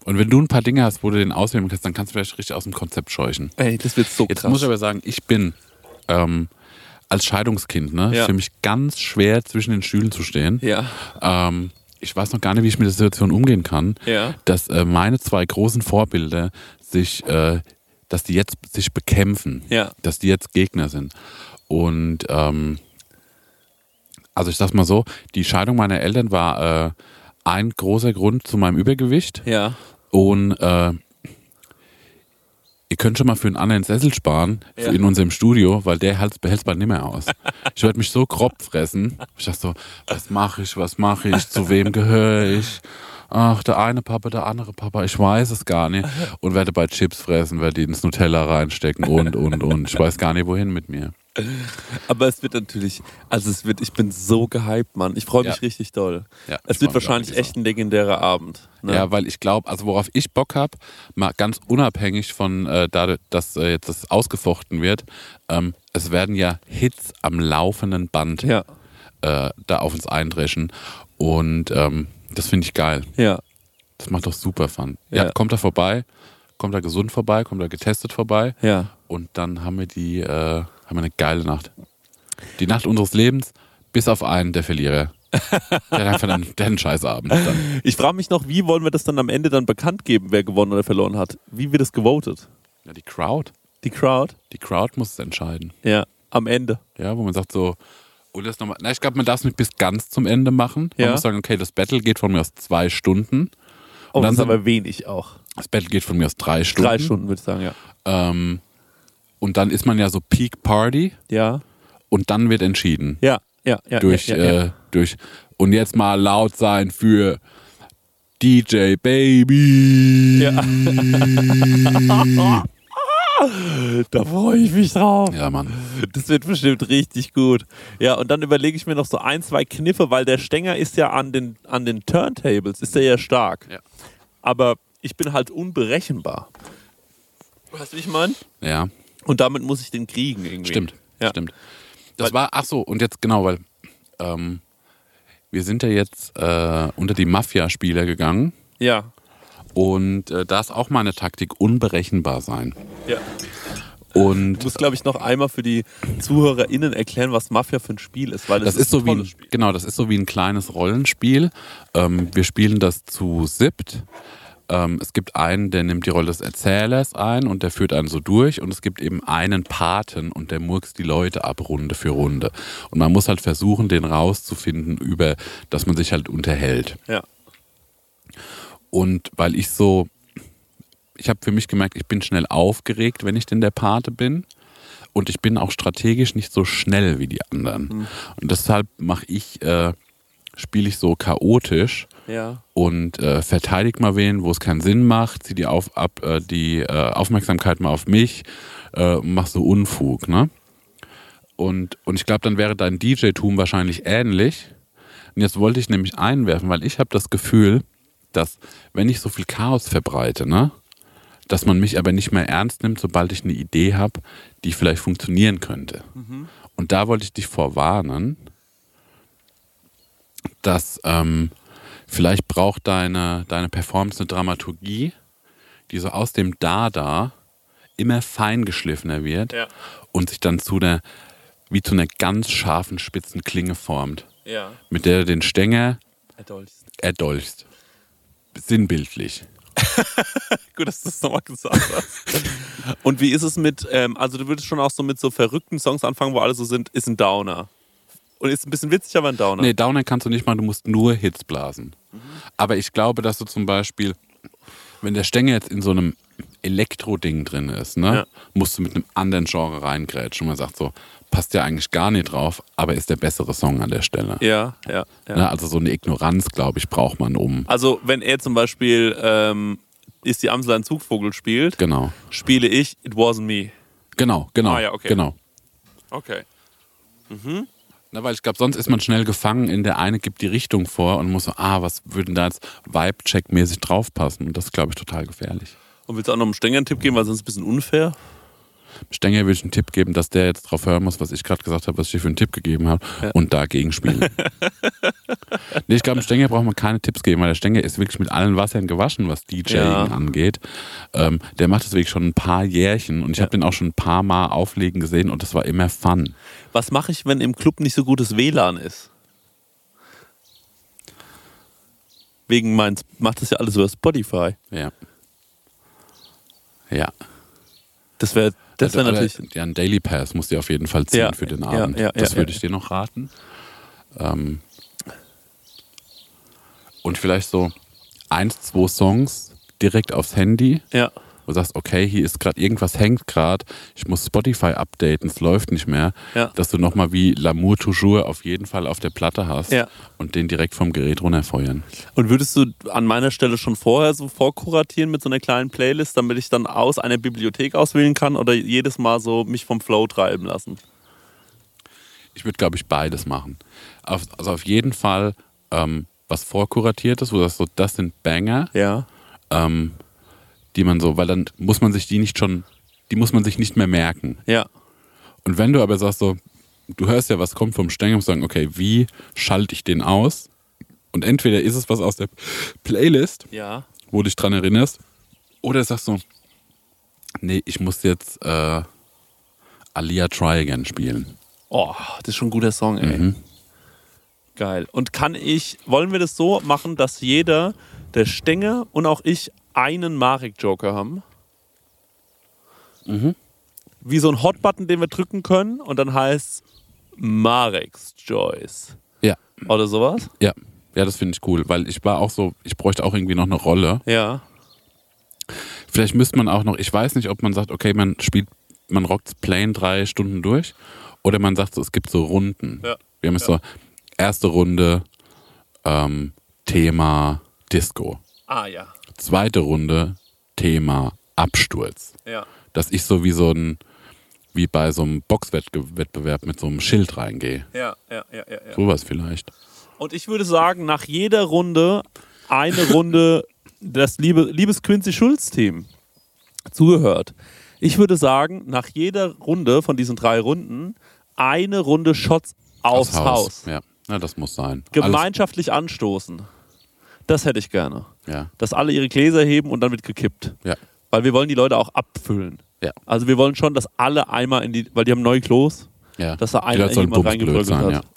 Und wenn du ein paar Dinge hast, wo du den auswählen kannst, dann kannst du vielleicht richtig aus dem Konzept scheuchen. Ey, das wird so Jetzt krass. muss ich aber sagen, ich bin ähm, als Scheidungskind, ne, Ja. für mich ganz schwer zwischen den Stühlen zu stehen. Ja. Ähm, ich weiß noch gar nicht, wie ich mit der Situation umgehen kann, Ja. dass äh, meine zwei großen Vorbilder sich, äh, dass die jetzt sich bekämpfen, Ja. dass die jetzt Gegner sind. Und ähm, also ich sag's mal so, die Scheidung meiner Eltern war äh, ein großer Grund zu meinem Übergewicht. Ja. Und äh, ihr könnt schon mal für einen anderen Sessel sparen Ja. in unserem Studio, weil der hält es bald nicht mehr aus. Ich werde mich so grob fressen. Ich dachte so, was mache ich, was mache ich, zu wem gehöre ich? Ach, der eine Papa, der andere Papa, ich weiß es gar nicht. Und werde bei Chips fressen, werde die ins Nutella reinstecken und, und, und. Ich weiß gar nicht, wohin mit mir. Aber es wird natürlich, also es wird, ich bin so gehypt, Mann. Ich freue mich Ja. richtig doll. Ja, es ich wird freu mich auch wahrscheinlich wirklich echt ein legendärer Abend. Ne? Ja, weil ich glaube, also worauf ich Bock habe, mal ganz unabhängig von, äh, dadurch, dass äh, jetzt das ausgefochten wird, ähm, es werden ja Hits am laufenden Band Ja. äh, da auf uns eindreschen. Und ähm, das finde ich geil. Ja. Das macht doch super Fun. Ja. Ja. Kommt da vorbei, kommt da gesund vorbei, kommt da getestet vorbei. Ja. Und dann haben wir die, äh, haben wir eine geile Nacht. Die Nacht unseres Lebens, bis auf einen der Verlierer. Der hat einfach dann der einen Scheißabend. Dann. Ich frage mich noch, wie wollen wir das dann am Ende dann bekannt geben, wer gewonnen oder verloren hat? Wie wird es gewotet? Ja, die Crowd. Die Crowd? Die Crowd muss es entscheiden. Ja, am Ende. Ja, wo man sagt so, oder ist nochmal. Na, ich glaube, man darf es nicht bis ganz zum Ende machen. Man Ja. muss sagen, okay, das Battle geht von mir aus zwei Stunden. Oh, Und dann das ist sind- aber wenig auch. Das Battle geht von mir aus drei Stunden. Drei Stunden, würde ich sagen, ja. Ähm, und dann ist man ja so Peak Party Ja, und dann wird entschieden. ja, ja. ja durch, ja, ja, ja. Äh, durch. Und jetzt mal laut sein für D J Baby. Ja. Da freue ich mich drauf. Ja, Mann. Das wird bestimmt richtig gut. Ja, und dann überlege ich mir noch so ein, zwei Kniffe, weil der Stänger ist ja an den, an den Turntables, ist der ja stark. Ja. Aber ich bin halt unberechenbar. Weißt du, wie ich meine? Ja, Und damit muss ich den kriegen irgendwie. stimmt. Ja. Stimmt. Das Weil- war, ach so, und jetzt genau, weil ähm, wir sind ja jetzt äh, unter die Mafia-Spieler gegangen. Ja. Und äh, da ist auch meine Taktik unberechenbar sein. Ja. Und Ich muss, glaube ich, noch einmal für die ZuhörerInnen erklären, was Mafia für ein Spiel ist. Weil das es ist so wie tolles ein, Spiel. genau, das ist so wie ein kleines Rollenspiel. Ähm, wir spielen das zu siebt. Ähm, es gibt einen, der nimmt die Rolle des Erzählers ein und der führt einen so durch. Und es gibt eben einen Paten und der murkst die Leute ab Runde für Runde. Und man muss halt versuchen, den rauszufinden, über, dass man sich halt unterhält. Ja. Und weil ich so, ich habe für mich gemerkt, ich bin schnell aufgeregt, wenn ich denn der Pate bin. Und ich bin auch strategisch nicht so schnell wie die anderen. Mhm. Und deshalb mache ich, äh, spiele ich so chaotisch Ja. und äh, verteidige mal wen, wo es keinen Sinn macht, zieh die, auf, ab, äh, die äh, Aufmerksamkeit mal auf mich, äh, mach so Unfug. Ne? Und, und ich glaube, dann wäre dein D J-Tum wahrscheinlich ähnlich. Und jetzt wollte ich nämlich einwerfen, weil ich habe das Gefühl, dass wenn ich so viel Chaos verbreite, ne, dass man mich aber nicht mehr ernst nimmt, sobald ich eine Idee habe, die vielleicht funktionieren könnte. Mhm. Und da wollte ich dich vorwarnen, dass ähm, vielleicht braucht deine, deine Performance eine Dramaturgie, die so aus dem Dada immer feingeschliffener wird Ja. und sich dann zu der, wie zu einer ganz scharfen, spitzen Klinge formt, Ja. mit der du den Stänger Erdolchs. erdolchst. Sinnbildlich. Gut, dass du das nochmal gesagt hast. Und wie ist es mit, ähm, also du würdest schon auch so mit so verrückten Songs anfangen, wo alle so sind, ist ein Downer. Und ist ein bisschen witzig, aber ein Downer. Nee, Downer kannst du nicht machen, du musst nur Hits blasen. Mhm. Aber ich glaube, dass du zum Beispiel, wenn der Stänger jetzt in so einem Elektro-Ding drin ist, ne, Ja. musst du mit einem anderen Genre reingrätschen und man sagt so, passt ja eigentlich gar nicht drauf, aber ist der bessere Song an der Stelle. Ja, ja, ja. Ne, also so eine Ignoranz, glaube ich, braucht man um. Also wenn er zum Beispiel ähm, Ist die Amsel ein Zugvogel spielt, Genau. spiele ich It Wasn't Me. Genau, genau. Ah, ja, okay. Genau. Okay. Na, weil ich glaube, sonst ist man schnell gefangen in der eine gibt die Richtung vor und muss so, ah, was würde denn da jetzt Vibe-Check-mäßig draufpassen? Und das ist, glaube ich, total gefährlich. Und willst du auch noch einen Stänger einen Tipp geben, weil sonst ist es ein bisschen unfair? Stenger würde ich einen Tipp geben, dass der jetzt drauf hören muss, was ich gerade gesagt habe, was ich dir für einen Tipp gegeben habe ja. und dagegen spielen. nee, ich glaube, dem Stenger braucht man keine Tipps geben, weil der Stenger ist wirklich mit allen Wassern gewaschen, was DJing ja. angeht. Ähm, der macht das wirklich schon ein paar Jährchen und ich ja. habe den auch schon ein paar Mal auflegen gesehen und das war immer Fun. Was mache ich, wenn im Club nicht so gutes W L A N ist? Wegen meins macht das ja alles über Spotify. Ja. Ja. Das wäre das wär natürlich... Ja, ein Daily Pass musst du auf jeden Fall ziehen ja, für den Abend. Ja, ja, das ja, würde ich dir noch raten. Ähm und vielleicht so eins, zwei Songs direkt aufs Handy. Ja. Wo du sagst, okay, hier ist gerade irgendwas hängt gerade, ich muss Spotify updaten, es läuft nicht mehr. Ja. Dass du nochmal wie L'amour toujours auf jeden Fall auf der Platte hast ja. und den direkt vom Gerät runterfeuern. Und würdest du an meiner Stelle schon vorher so vorkuratieren mit so einer kleinen Playlist, damit ich dann aus einer Bibliothek auswählen kann oder jedes Mal so mich vom Flow treiben lassen? Ich würde, glaube ich, beides machen. Auf, also auf jeden Fall ähm, was vorkuratiertes, wo du sagst, so, das sind Banger. Ja. Ähm, die man so, weil dann muss man sich die nicht schon, die muss man sich nicht mehr merken. Ja. Und wenn du aber sagst so, du hörst ja, was kommt vom Stenger und sagst, okay, wie schalte ich den aus? Und entweder ist es was aus der Playlist, ja. wo du dich dran erinnerst, oder sagst du, nee, ich muss jetzt äh, Alia Try Again spielen. Oh, das ist schon ein guter Song, ey. Mhm. Geil. Und kann ich, wollen wir das so machen, dass jeder, der Stenger und auch ich, einen Marek-Joker haben? Mhm. Wie so ein Hotbutton, den wir drücken können und dann heißt Marek's Choice. Ja. Oder sowas? Ja. Ja, das finde ich cool, weil ich war auch so, ich bräuchte auch irgendwie noch eine Rolle. Ja. Vielleicht müsste man auch noch, ich weiß nicht, ob man sagt, okay, man spielt, man rockt plain drei Stunden durch oder man sagt so, es gibt so Runden. Ja. Wir haben es ja. so, erste Runde, ähm, Thema Disco. Ah, ja. Zweite Runde, Thema Absturz. Ja. Dass ich so wie so ein, wie bei so einem Boxwettbewerb mit so einem Schild reingehe. Ja, ja, ja, ja, ja. Sowas vielleicht. Und ich würde sagen, nach jeder Runde eine Runde das liebe, liebes Quincy Schulz-Team zugehört. Ich würde sagen, nach jeder Runde von diesen drei Runden eine Runde Shots aufs Haus. Haus. Ja. ja, das muss sein. Gemeinschaftlich Alles. anstoßen. Das hätte ich gerne. Ja. Dass alle ihre Gläser heben und dann wird gekippt. Ja. Weil wir wollen die Leute auch abfüllen. Ja. Also wir wollen schon, dass alle einmal in die, weil die haben neue Klos, ja. dass da einer jemand reingebröckelt hat. Ja.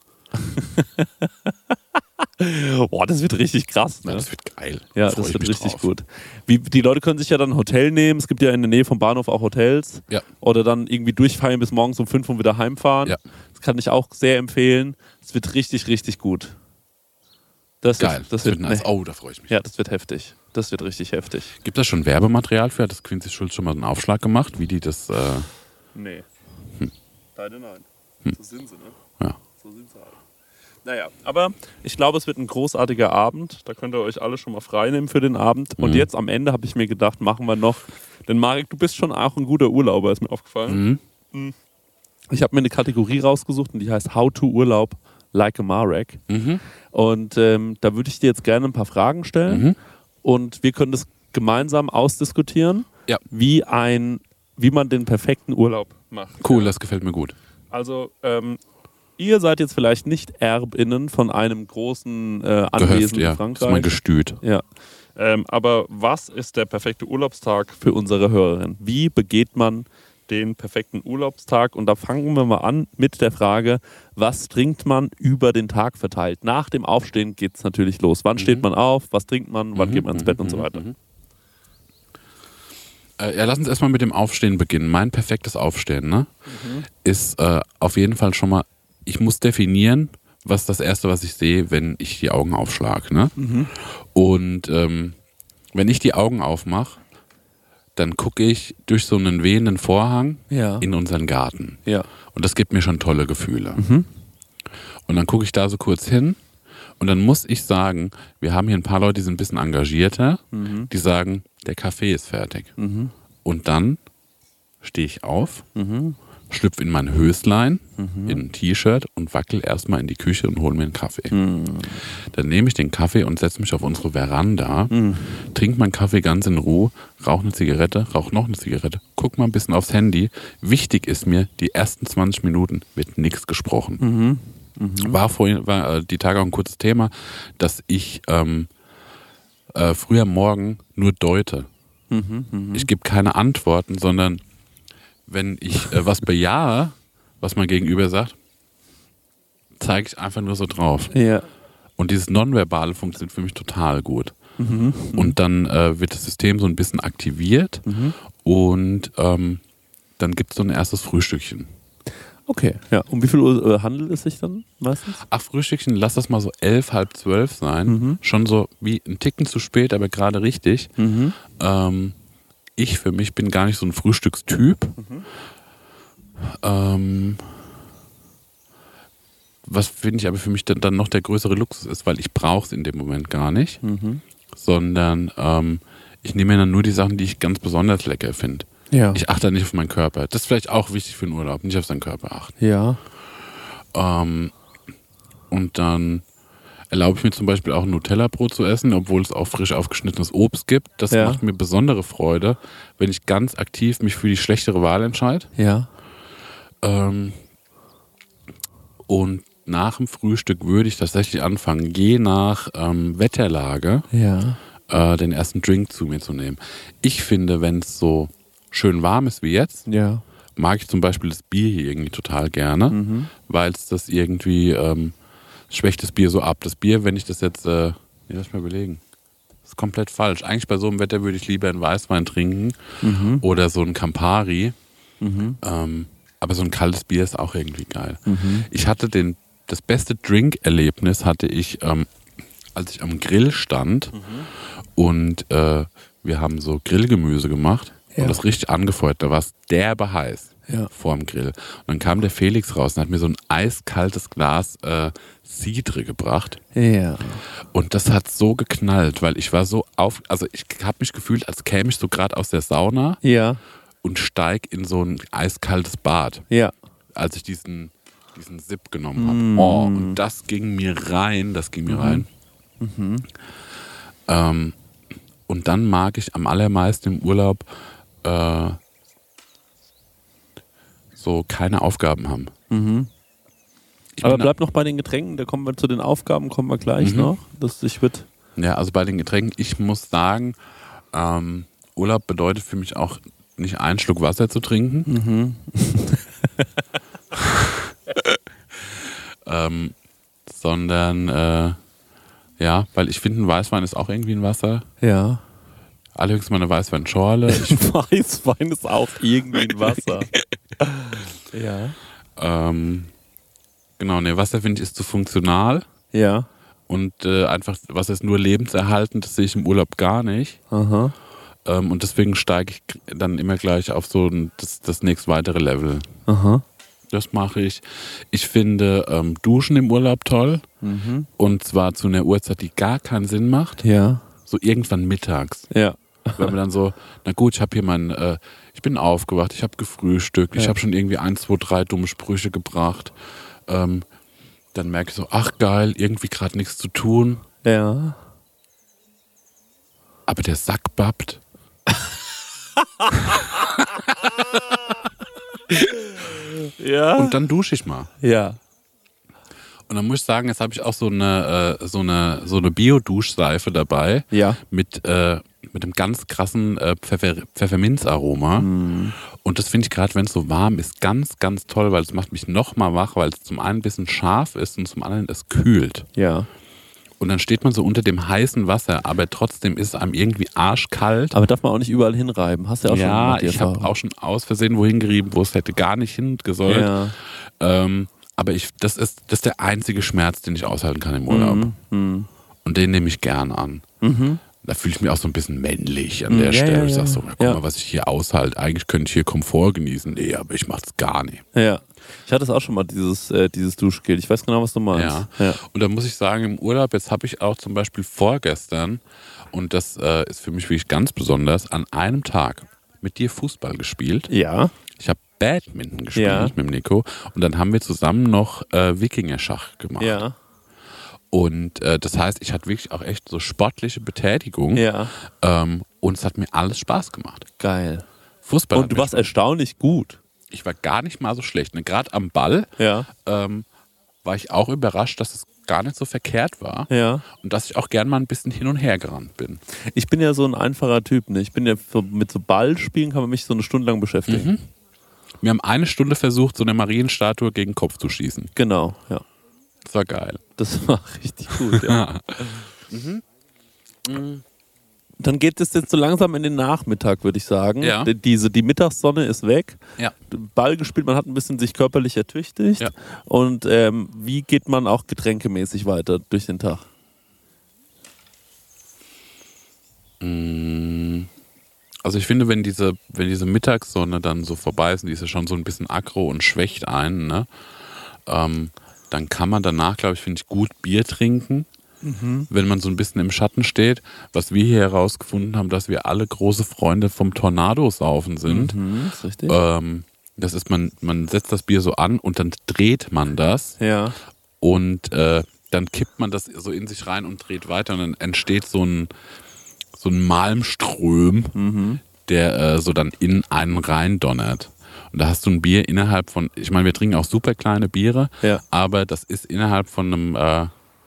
Boah, das wird richtig krass. Ne? Ja, das wird geil. Ja, das, das wird richtig drauf. gut. Wie, die Leute können sich ja dann ein Hotel nehmen. Es gibt ja in der Nähe vom Bahnhof auch Hotels. Ja. Oder dann irgendwie durchfeiern bis morgens um fünf und wieder heimfahren. Ja. Das kann ich auch sehr empfehlen. Es wird richtig, richtig gut. Das Geil. Wird, das, das wird, wird nice. Oh, da freue ich mich. Ja, das wird heftig. Das wird richtig heftig. Gibt es schon Werbematerial für? Hat das Quincy Schulz schon mal einen Aufschlag gemacht, wie die das... Äh nee. Hm. Leider nein. Hm. So sind sie, ne? Ja. So sind sie halt. Naja, aber ich glaube, es wird ein großartiger Abend. Da könnt ihr euch alle schon mal frei nehmen für den Abend. Und mhm. jetzt am Ende habe ich mir gedacht, machen wir noch... Denn Marek, du bist schon auch ein guter Urlauber, ist mir aufgefallen. Mhm. Ich habe mir eine Kategorie rausgesucht und die heißt How to Urlaub like a Marek. Mhm. Und ähm, da würde ich dir jetzt gerne ein paar Fragen stellen. Mhm. Und wir können das gemeinsam ausdiskutieren, ja. wie, ein, wie man den perfekten Urlaub macht. Cool, das gefällt mir gut. Also, ähm, ihr seid jetzt vielleicht nicht ErbInnen von einem großen äh, Anwesen Gehöft, ja. in Frankreich. Das ist mein Gestüt. Ja. Ähm, aber was ist der perfekte Urlaubstag für unsere Hörerin? Wie begeht man den perfekten Urlaubstag? Und da fangen wir mal an mit der Frage, was trinkt man über den Tag verteilt? Nach dem Aufstehen geht es natürlich los. Wann mhm. steht man auf? Was trinkt man? Wann mhm. geht man ins Bett und so weiter? Mhm. Äh, ja, lass uns erstmal mit dem Aufstehen beginnen. Mein perfektes Aufstehen ne, mhm. ist äh, auf jeden Fall schon mal, ich muss definieren, was das Erste, was ich sehe, wenn ich die Augen aufschlage. Ne? Mhm. Und ähm, wenn ich die Augen aufmache, dann gucke ich durch so einen wehenden Vorhang ja. in unseren Garten. Ja. Und das gibt mir schon tolle Gefühle. Mhm. Und dann gucke ich da so kurz hin und dann muss ich sagen, wir haben hier ein paar Leute, die sind ein bisschen engagierter, mhm. die sagen, der Kaffee ist fertig. Mhm. Und dann stehe ich auf, mhm. schlüpfe in mein Höslein, mhm. in ein T-Shirt und wackel erstmal in die Küche und hole mir einen Kaffee. Mhm. Dann nehme ich den Kaffee und setze mich auf unsere Veranda, mhm. trinke meinen Kaffee ganz in Ruhe, rauche eine Zigarette, rauche noch eine Zigarette, guck mal ein bisschen aufs Handy. Wichtig ist mir, die ersten zwanzig Minuten wird nichts gesprochen. Mhm. Mhm. War vorhin, war äh, die Tage auch ein kurzes Thema, dass ich ähm, äh, früher morgen nur deute. Mhm, mh. Ich gebe keine Antworten, sondern wenn ich äh, was bejahe, was mein Gegenüber sagt, zeige ich einfach nur so drauf. Ja. Und dieses Nonverbale funktioniert für mich total gut. Mhm, und dann äh, wird das System so ein bisschen aktiviert mhm. und ähm, dann gibt es so ein erstes Frühstückchen. Okay, ja. Um wie viel Uhr äh, handelt es sich dann meistens? Ach, Frühstückchen, lass das mal so elf, halb zwölf sein. Mhm. Schon so wie ein Ticken zu spät, aber gerade richtig. Mhm. Ähm, ich für mich bin gar nicht so ein Frühstückstyp. Mhm. Ähm, was finde ich aber für mich dann, dann noch der größere Luxus ist, weil ich brauche es in dem Moment gar nicht, mhm. sondern ähm, ich nehme mir dann nur die Sachen, die ich ganz besonders lecker finde. Ja. Ich achte nicht auf meinen Körper. Das ist vielleicht auch wichtig für den Urlaub, nicht auf seinen Körper achten. Ja. Ähm, und dann erlaube ich mir zum Beispiel auch ein Nutella-Brot zu essen, obwohl es auch frisch aufgeschnittenes Obst gibt. Das ja. macht mir besondere Freude, wenn ich ganz aktiv mich für die schlechtere Wahl entscheide. Ja. Ähm, und nach dem Frühstück würde ich tatsächlich anfangen, je nach ähm, Wetterlage ja. äh, den ersten Drink zu mir zu nehmen. Ich finde, wenn es so schön warm ist wie jetzt, ja. mag ich zum Beispiel das Bier hier irgendwie total gerne, mhm. weil es das irgendwie ähm, schwächt das Bier so ab. Das Bier, wenn ich das jetzt, äh, nee, lass mich mal überlegen, das ist komplett falsch. Eigentlich bei so einem Wetter würde ich lieber einen Weißwein trinken mhm. oder so einen Campari. Mhm. Ähm, aber so ein kaltes Bier ist auch irgendwie geil. Mhm. Ich hatte den, das beste Drink-Erlebnis hatte ich, ähm, als ich am Grill stand mhm. und äh, wir haben so Grillgemüse gemacht. Ja. Und das richtig angefeuert, da war es derbe heiß ja. vorm Grill. Und dann kam der Felix raus und hat mir so ein eiskaltes Glas äh, Cidre gebracht. Ja. Und das hat so geknallt, weil ich war so auf, also ich habe mich gefühlt, als käme ich so gerade aus der Sauna ja. und steig in so ein eiskaltes Bad. Ja. Als ich diesen, diesen Sip genommen habe. Mm. Oh, und das ging mir rein, das ging mir mhm. rein. Mhm. Ähm, und dann mag ich am allermeisten im Urlaub Äh, so keine Aufgaben haben. Mhm. Aber bleib noch bei den Getränken, da kommen wir zu den Aufgaben, kommen wir gleich mhm. noch. Das, ich würd ja, also bei den Getränken, ich muss sagen, ähm, Urlaub bedeutet für mich auch nicht einen Schluck Wasser zu trinken. Mhm. ähm, sondern äh, ja, weil ich finde, ein Weißwein ist auch irgendwie ein Wasser. Ja. Allerhöchstens mal eine Weißweinschorle. Weißwein ist auch irgendwie ein Wasser. ja. Ähm, genau, ne, Wasser finde ich ist zu funktional. Ja. Und äh, einfach, Wasser ist nur lebenserhaltend, das sehe ich im Urlaub gar nicht. Aha. Ähm, und deswegen steige ich dann immer gleich auf so ein, das, das nächst weitere Level. Aha. Das mache ich. Ich finde ähm, Duschen im Urlaub toll. Mhm. Und zwar zu einer Uhrzeit, die gar keinen Sinn macht. Ja. So irgendwann mittags. Ja. Wenn man dann so, na gut, ich habe hier mein, äh, ich bin aufgewacht, ich habe gefrühstückt, ja. ich habe schon irgendwie ein, zwei, drei dumme Sprüche gebracht. Ähm, dann merke ich so, ach geil, irgendwie gerade nichts zu tun. Ja. Aber der Sack babbt. ja. Und dann dusche ich mal. Ja. Und dann muss ich sagen, jetzt habe ich auch so eine, äh, so eine, so eine Bio-Duschseife dabei. Ja. Mit, äh, mit einem ganz krassen äh, Pfeffer, Pfefferminzaroma. Mm. Und das finde ich gerade, wenn es so warm ist, ganz, ganz toll, weil es macht mich nochmal wach, weil es zum einen ein bisschen scharf ist und zum anderen es kühlt. Ja. Und dann steht man so unter dem heißen Wasser, aber trotzdem ist es einem irgendwie arschkalt. Aber darf man auch nicht überall hinreiben? Hast du ja auch ja, schon Ja, ich habe auch schon aus Versehen wohin gerieben, wo es hätte gar nicht hingesollt. Ja. Ähm, aber ich, das ist, das ist der einzige Schmerz, den ich aushalten kann im Urlaub. Mhm. Mhm. Und den nehme ich gern an. Mhm. Da fühle ich mich auch so ein bisschen männlich an der ja, Stelle. Ja, ich sag so, guck ja. mal, was ich hier aushalte. Eigentlich könnte ich hier Komfort genießen. Nee, aber ich mach's gar nicht. Ja. Ich hatte es auch schon mal, dieses, äh, dieses Duschgel. Ich weiß genau, was du meinst. Ja. ja. Und da muss ich sagen, im Urlaub, jetzt habe ich auch zum Beispiel vorgestern, und das äh, ist für mich wirklich ganz besonders, an einem Tag mit dir Fußball gespielt. Ja. Ich habe Badminton gespielt ja. mit dem Nico. Und dann haben wir zusammen noch äh, Wikinger-Schach gemacht. Ja. Und äh, das heißt, ich hatte wirklich auch echt so sportliche Betätigung. Ja. Ähm, und es hat mir alles Spaß gemacht. Geil. Fußball. Und du warst erstaunlich gut. Ich war gar nicht mal so schlecht. Ne? Gerade am Ball ja. ähm, war ich auch überrascht, dass es gar nicht so verkehrt war. Ja. Und dass ich auch gern mal ein bisschen hin und her gerannt bin. Ich bin ja so ein einfacher Typ. Ne? Ich bin ja so, mit so Ballspielen kann man mich so eine Stunde lang beschäftigen. Mhm. Wir haben eine Stunde versucht, so eine Marienstatue gegen den Kopf zu schießen. Genau, ja. Das war geil. Das war richtig gut, ja. mhm. Mhm. Dann geht es jetzt so langsam in den Nachmittag, würde ich sagen. Ja. Die, diese, die Mittagssonne ist weg. Ja. Ball gespielt, man hat ein bisschen sich körperlich ertüchtigt. Ja. Und ähm, wie geht man auch getränkemäßig weiter durch den Tag? Also ich finde, wenn diese, wenn diese Mittagssonne dann so vorbei ist, die ist ja schon so ein bisschen aggro und schwächt einen, ne? Ähm, dann kann man danach, glaube ich, finde ich, gut Bier trinken, mhm. wenn man so ein bisschen im Schatten steht. Was wir hier herausgefunden haben, dass wir alle große Freunde vom Tornado-Saufen sind. Mhm, das ist richtig. Ähm, das ist, man, man setzt das Bier so an und dann dreht man das. Ja. Und äh, dann kippt man das so in sich rein und dreht weiter und dann entsteht so ein, so ein Malmström, mhm. der äh, so dann in einen rein donnert. Und da hast du ein Bier innerhalb von, ich meine, wir trinken auch super kleine Biere, ja. aber das ist innerhalb von einem, äh,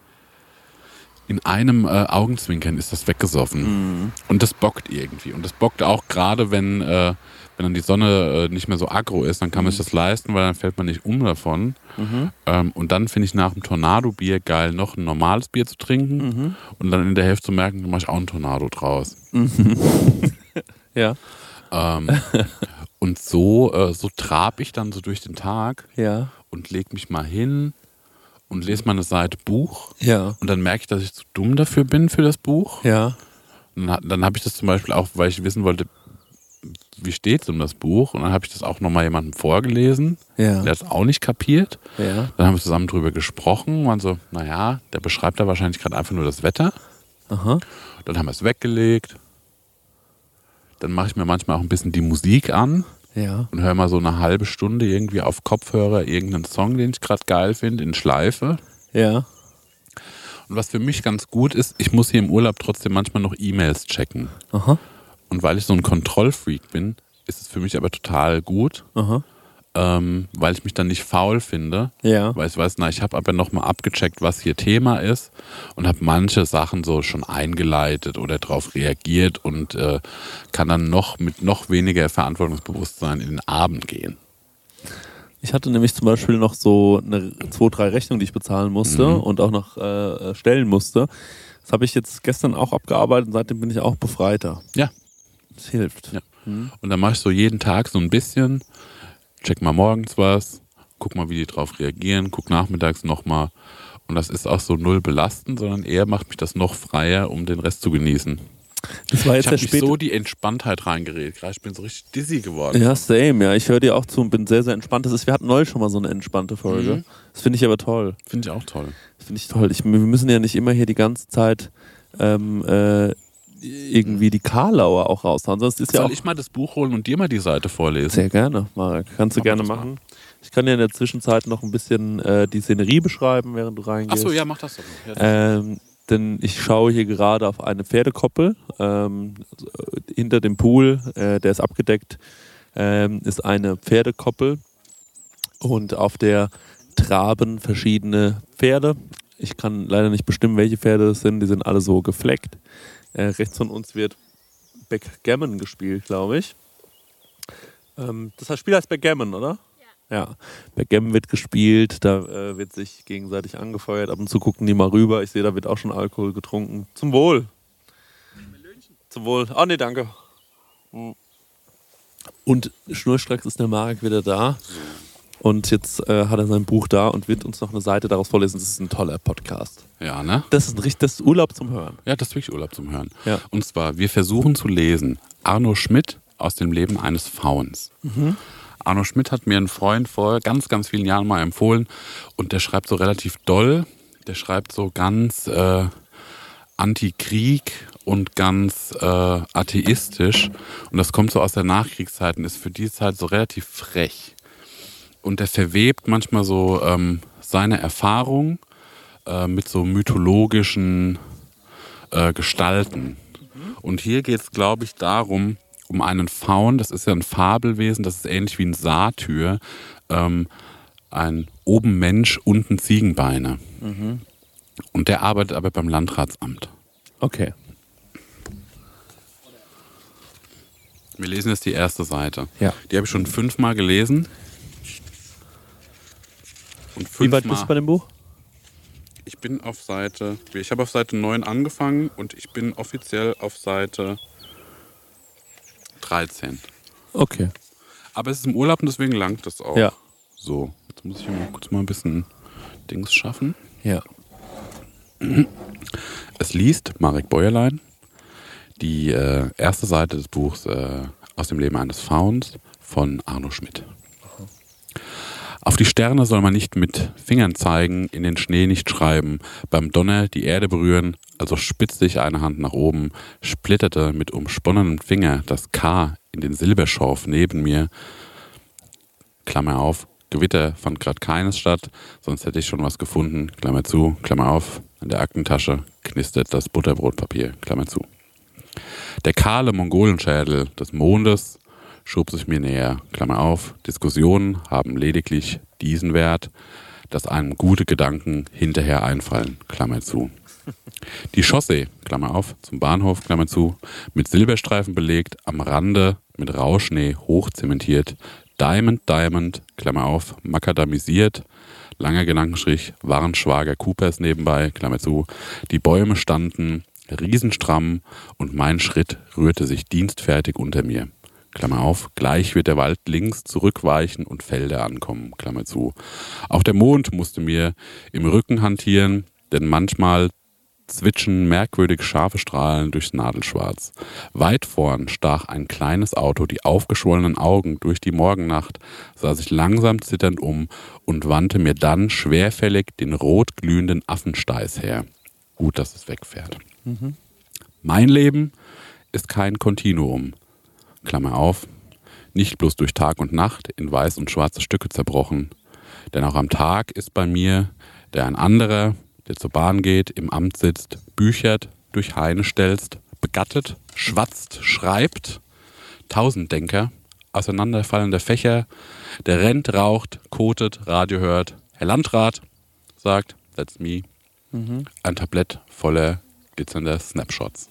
in einem äh, Augenzwinkern ist das weggesoffen. Mhm. Und das bockt irgendwie. Und das bockt auch gerade, wenn, äh, wenn dann die Sonne äh, nicht mehr so aggro ist, dann kann man sich das leisten, weil dann fällt man nicht um davon. Mhm. Ähm, und dann finde ich nach dem Tornado-Bier geil, noch ein normales Bier zu trinken mhm. und dann in der Hälfte zu merken, dann mache ich auch einen Tornado draus. Mhm. ja. Ähm, und so, äh, so trab ich dann so durch den Tag ja. und leg mich mal hin und lese mal eine Seite Buch. Ja. Und dann merke ich, dass ich zu dumm dafür bin für das Buch. Ja. Und dann, dann habe ich das zum Beispiel auch, weil ich wissen wollte, wie steht es um das Buch? Und dann habe ich das auch nochmal jemandem vorgelesen. Ja. Der hat es auch nicht kapiert. Ja. Dann haben wir zusammen drüber gesprochen. Und so, naja, der beschreibt da wahrscheinlich gerade einfach nur das Wetter. Aha. Dann haben wir es weggelegt. Dann mache ich mir manchmal auch ein bisschen die Musik an. Ja. Und höre mal so eine halbe Stunde irgendwie auf Kopfhörer irgendeinen Song, den ich gerade geil finde, in Schleife. Ja. Und was für mich ganz gut ist, ich muss hier im Urlaub trotzdem manchmal noch E-Mails checken. Aha. Und weil ich so ein Kontrollfreak bin, ist es für mich aber total gut, Aha. ähm, weil ich mich dann nicht faul finde. Ja. Weil ich weiß, na, ich habe aber nochmal abgecheckt, was hier Thema ist und habe manche Sachen so schon eingeleitet oder darauf reagiert und äh, kann dann noch mit noch weniger Verantwortungsbewusstsein in den Abend gehen. Ich hatte nämlich zum Beispiel noch so eine zwei, drei Rechnungen, die ich bezahlen musste Mhm. und auch noch äh, stellen musste. Das habe ich jetzt gestern auch abgearbeitet und seitdem bin ich auch befreiter. Ja. Das hilft. Ja. Mhm. Und dann mache ich so jeden Tag so ein bisschen, check mal morgens was, guck mal, wie die drauf reagieren, guck nachmittags nochmal. Und das ist auch so null belastend, sondern eher macht mich das noch freier, um den Rest zu genießen. Das war jetzt ich habe ja mich spät so die Entspanntheit reingeredet. Gerade ich bin so richtig dizzy geworden. Ja, same, ja. Ich höre dir auch zu und bin sehr, sehr entspannt. Das ist, wir hatten neulich schon mal so eine entspannte Folge. Mhm. Das finde ich aber toll. Finde ich auch toll. Das finde ich toll. Ich, wir müssen ja nicht immer hier die ganze Zeit ähm, äh, irgendwie die Karlauer auch raushauen. Sonst ist Soll ja auch ich mal das Buch holen und dir mal die Seite vorlesen? Sehr gerne, Marek. Kannst du Mach gerne das machen. mal. Ich kann dir in der Zwischenzeit noch ein bisschen äh, die Szenerie beschreiben, während du reingehst. Achso, ja, mach das doch. Ja, Ähm, denn ich schaue hier gerade auf eine Pferdekoppel. Ähm, also, äh, hinter dem Pool, äh, der ist abgedeckt, ähm, ist eine Pferdekoppel. Und auf der traben verschiedene Pferde. Ich kann leider nicht bestimmen, welche Pferde das sind. Die sind alle so gefleckt. Äh, rechts von uns wird Backgammon gespielt, glaube ich. Ähm, das Spiel heißt Backgammon, oder? Ja, Backgammon wird gespielt, da äh, wird sich gegenseitig angefeuert. Ab und zu gucken die mal rüber. Ich sehe, da wird auch schon Alkohol getrunken. Zum Wohl. Zum Wohl. Ah, nee, danke. Und schnurstracks ist der Marek wieder da. Und jetzt äh, hat er sein Buch da und wird uns noch eine Seite daraus vorlesen. Das ist ein toller Podcast. ja, ne? Das ist ein richtiges Urlaub zum Hören. Ja, das ist wirklich Urlaub zum Hören. Ja. Und zwar, wir versuchen zu lesen Arno Schmidt aus dem Leben eines Fauns. Mhm. Arno Schmidt hat mir ein Freund vor ganz, ganz vielen Jahren mal empfohlen und der schreibt so relativ doll. Der schreibt so ganz äh, Anti-Krieg und ganz äh, atheistisch. Und das kommt so aus der Nachkriegszeit und ist für die Zeit so relativ frech. Und der verwebt manchmal so ähm, seine Erfahrung äh, mit so mythologischen äh, Gestalten. Und hier geht es, glaube ich, darum, um einen Faun, das ist ja ein Fabelwesen, das ist ähnlich wie ein Satyr, ähm, ein oben Mensch, unten Ziegenbeine. Mhm. Und der arbeitet aber beim Landratsamt. Okay. Wir lesen jetzt die erste Seite. Ja. Die habe ich schon fünfmal gelesen. Und fünfmal, wie weit bist du bei dem Buch? Ich bin auf Seite, ich habe auf Seite neun angefangen und ich bin offiziell auf Seite dreizehn. Okay. Aber es ist im Urlaub und deswegen langt das auch. Ja. So, jetzt muss ich mal kurz mal ein bisschen Dings schaffen. Ja. Es liest Marek Bäuerlein die äh, erste Seite des Buchs äh, Aus dem Leben eines Fauns von Arno Schmidt. Auf die Sterne soll man nicht mit Fingern zeigen, in den Schnee nicht schreiben, beim Donner die Erde berühren, also spitzte ich eine Hand nach oben, splitterte mit umsponnenem Finger das K in den Silberschorf neben mir, Klammer auf, Gewitter fand gerade keines statt, sonst hätte ich schon was gefunden, Klammer zu, Klammer auf, in der Aktentasche knistert das Butterbrotpapier, Klammer zu. Der kahle Mongolenschädel des Mondes schob sich mir näher, Klammer auf, Diskussionen haben lediglich diesen Wert, dass einem gute Gedanken hinterher einfallen, Klammer zu. Die Chaussee, Klammer auf, zum Bahnhof, Klammer zu, mit Silberstreifen belegt, am Rande mit Rauschnee hochzementiert, Diamond, Diamond, Klammer auf, makadamisiert, langer Gedankenstrich, waren Schwager Coopers nebenbei, Klammer zu, die Bäume standen riesenstramm und mein Schritt rührte sich dienstfertig unter mir. Klammer auf, gleich wird der Wald links zurückweichen und Felder ankommen, Klammer zu. Auch der Mond musste mir im Rücken hantieren, denn manchmal zwitschen merkwürdig scharfe Strahlen durchs Nadelschwarz. Weit vorn stach ein kleines Auto die aufgeschwollenen Augen durch die Morgennacht, sah sich langsam zitternd um und wandte mir dann schwerfällig den rot glühenden Affensteiß her. Gut, dass es wegfährt. Mhm. Mein Leben ist kein Kontinuum. Klammer auf, nicht bloß durch Tag und Nacht in weiß und schwarze Stücke zerbrochen, denn auch am Tag ist bei mir der ein anderer, der zur Bahn geht, im Amt sitzt, büchert, durch Heine stelzt, begattet, schwatzt, schreibt, Tausenddenker, auseinanderfallende Fächer, der rennt, raucht, kotet, Radio hört, Herr Landrat sagt, that's me, mhm. Ein Tablett voller glitzernder Snapshots.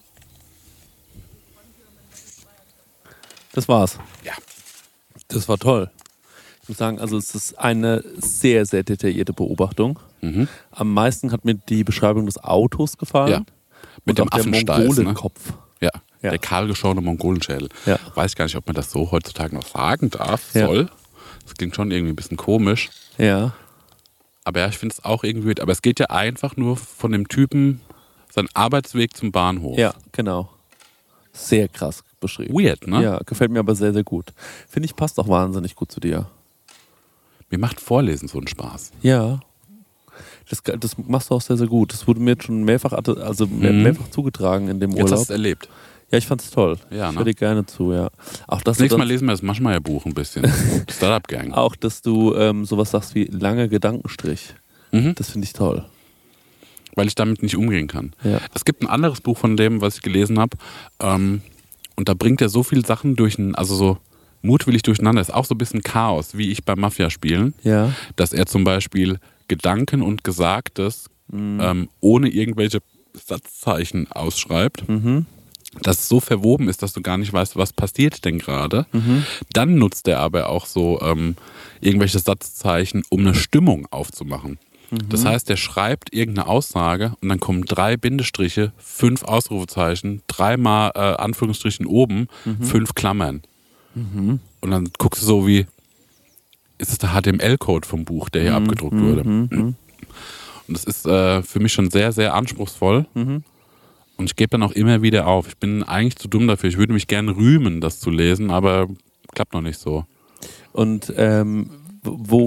Das war's. Ja. Das war toll. Ich muss sagen, also es ist eine sehr, sehr detaillierte Beobachtung. Mhm. Am meisten hat mir die Beschreibung des Autos gefallen. Ja. Mit dem Affensteiß. Mongolenkopf. Ne? Ja. ja, der kahlgeschorene Mongolenschädel. Ja. Weiß gar nicht, ob man das so heutzutage noch sagen darf, ja. soll. Das klingt schon irgendwie ein bisschen komisch. Ja. Aber ja, ich finde es auch irgendwie, aber es geht ja einfach nur von dem Typen, sein Arbeitsweg zum Bahnhof. Ja, genau. Sehr krass beschrieben. Weird, ne? Ja, gefällt mir aber sehr, sehr gut. Finde ich, passt auch wahnsinnig gut zu dir. Mir macht Vorlesen so einen Spaß. Ja. Das, das machst du auch sehr, sehr gut. Das wurde mir jetzt schon mehrfach, also mehr, mhm. mehrfach zugetragen in dem Urlaub. Jetzt hast du es erlebt. Ja, ich fand's toll. Ja, ich ne? höre dir gerne zu, ja. Auch, dass das nächste Mal lesen wir das Maschmeyer-Buch ein bisschen. Startup Gang. Auch, dass du ähm, sowas sagst wie langer Gedankenstrich. Mhm. Das finde ich toll. Weil ich damit nicht umgehen kann. Ja. Es gibt ein anderes Buch von dem, was ich gelesen habe. Ähm, und da bringt er so viele Sachen durch, ein, also so mutwillig durcheinander. Ist auch so ein bisschen Chaos, wie ich beim Mafia-Spielen. Ja. Dass er zum Beispiel Gedanken und Gesagtes mhm. ähm, ohne irgendwelche Satzzeichen ausschreibt. Mhm. Dass es so verwoben ist, dass du gar nicht weißt, was passiert denn gerade. Mhm. Dann nutzt er aber auch so ähm, irgendwelche Satzzeichen, um eine Stimmung aufzumachen. Mhm. Das heißt, er schreibt irgendeine Aussage und dann kommen drei Bindestriche, fünf Ausrufezeichen, dreimal äh, Anführungsstrichen oben, mhm. fünf Klammern. Mhm. Und dann guckst du so wie, ist es der H T M L-Code vom Buch, der hier mhm. abgedruckt wurde. Mhm. Und das ist äh, für mich schon sehr, sehr anspruchsvoll. Mhm. Und ich gebe dann auch immer wieder auf. Ich bin eigentlich zu dumm dafür. Ich würde mich gerne rühmen, das zu lesen, aber klappt noch nicht so. Und ähm, wo,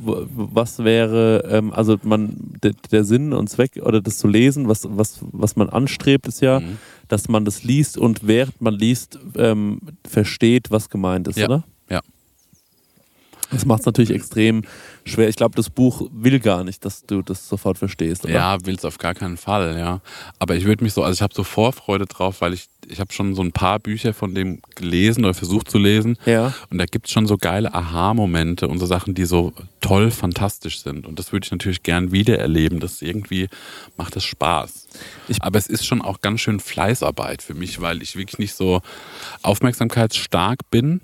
was wäre, ähm, also man, der, der Sinn und Zweck oder das zu lesen, was, was, was man anstrebt, ist ja, mhm. dass man das liest und während man liest, ähm, versteht, was gemeint ist, ja. oder? Ja. Das macht es natürlich extrem schwer. Ich glaube, das Buch will gar nicht, dass du das sofort verstehst, oder? Ja, will es auf gar keinen Fall, ja. Aber ich würde mich so, also ich habe so Vorfreude drauf, weil ich, ich habe schon so ein paar Bücher von dem gelesen oder versucht zu lesen. Ja. Und da gibt es schon so geile Aha-Momente und so Sachen, die so toll, fantastisch sind. Und das würde ich natürlich gern wiedererleben. Das irgendwie macht das Spaß. Ich, Aber es ist schon auch ganz schön Fleißarbeit für mich, weil ich wirklich nicht so aufmerksamkeitsstark bin.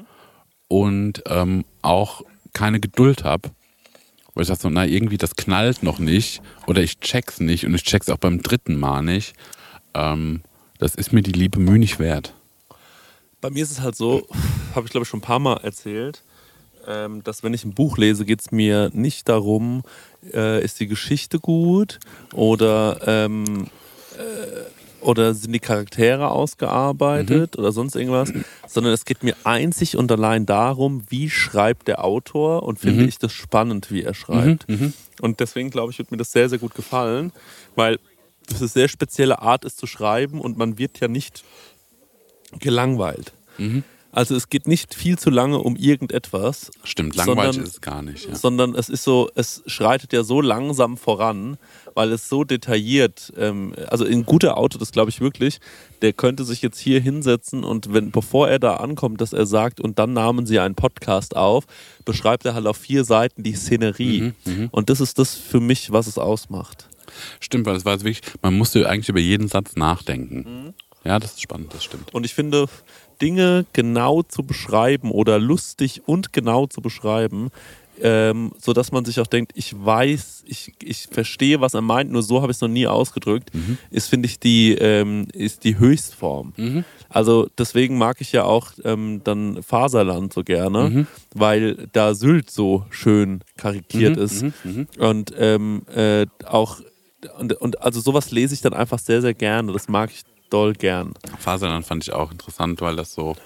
Und ähm, auch keine Geduld habe, weil ich sage so, na irgendwie das knallt noch nicht oder ich check's nicht und ich check's auch beim dritten Mal nicht. Ähm, das ist mir die liebe Mühe nicht wert. Bei mir ist es halt so, habe ich glaube ich schon ein paar Mal erzählt, ähm, dass wenn ich ein Buch lese, geht es mir nicht darum, äh, ist die Geschichte gut oder ähm, äh, oder sind die Charaktere ausgearbeitet mhm. oder sonst irgendwas, sondern es geht mir einzig und allein darum, wie schreibt der Autor und finde mhm. ich das spannend, wie er schreibt. Mhm. Und deswegen glaube ich, wird mir das sehr, sehr gut gefallen, weil das eine sehr spezielle Art ist zu schreiben und man wird ja nicht gelangweilt. Mhm. Also es geht nicht viel zu lange um irgendetwas. Stimmt, langweilig sondern, ist es gar nicht. Ja. Sondern es ist so, es schreitet ja so langsam voran, weil es so detailliert, ähm, also ein guter Autor, das glaube ich wirklich, der könnte sich jetzt hier hinsetzen und wenn, bevor er da ankommt, dass er sagt, und dann nahmen sie einen Podcast auf, beschreibt er halt auf vier Seiten die Szenerie. Mhm, und das ist das für mich, was es ausmacht. Stimmt, weil das war jetzt wirklich, man musste eigentlich über jeden Satz nachdenken. Mhm. Ja, das ist spannend, das stimmt. Und ich finde, Dinge genau zu beschreiben oder lustig und genau zu beschreiben, ähm, sodass man sich auch denkt, ich weiß, ich, ich verstehe, was er meint, nur so habe ich es noch nie ausgedrückt, mhm. ist, finde ich, die, ähm, ist die Höchstform. Mhm. Also deswegen mag ich ja auch ähm, dann Faserland so gerne, mhm. weil da Sylt so schön karikiert mhm. ist. Mhm. Und ähm, äh, auch, und, und also sowas lese ich dann einfach sehr, sehr gerne. Das mag ich doll gern. Faserland fand ich auch interessant, weil das so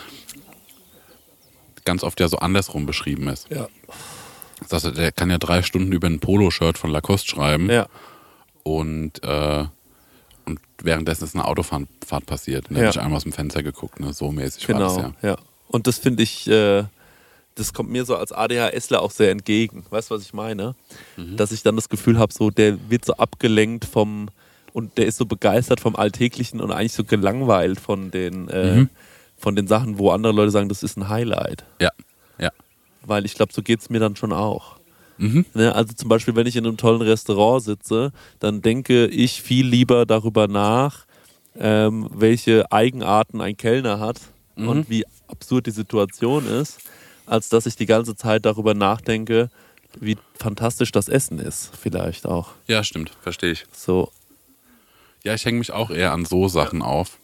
ganz oft ja so andersrum beschrieben ist. Ja. Das heißt, der kann ja drei Stunden über ein Poloshirt von Lacoste schreiben ja. und, äh, und währenddessen ist eine Autofahrt passiert. Und da ja. habe ich einmal aus dem Fenster geguckt, ne? So mäßig genau, war das ja. ja. Und das finde ich, äh, das kommt mir so als ADHSler auch sehr entgegen. Weißt du, was ich meine? Mhm. Dass ich dann das Gefühl habe, so, der wird so abgelenkt vom und der ist so begeistert vom Alltäglichen und eigentlich so gelangweilt von den, äh, mhm. von den Sachen, wo andere Leute sagen, das ist ein Highlight. Ja, ja. Weil ich glaube, so geht es mir dann schon auch. Mhm. Ne? Also zum Beispiel, wenn ich in einem tollen Restaurant sitze, dann denke ich viel lieber darüber nach, ähm, welche Eigenarten ein Kellner hat mhm. und wie absurd die Situation ist, als dass ich die ganze Zeit darüber nachdenke, wie fantastisch das Essen ist, vielleicht auch. Ja, stimmt, verstehe ich. So. Ja, ich hänge mich auch eher an so Sachen ja. auf.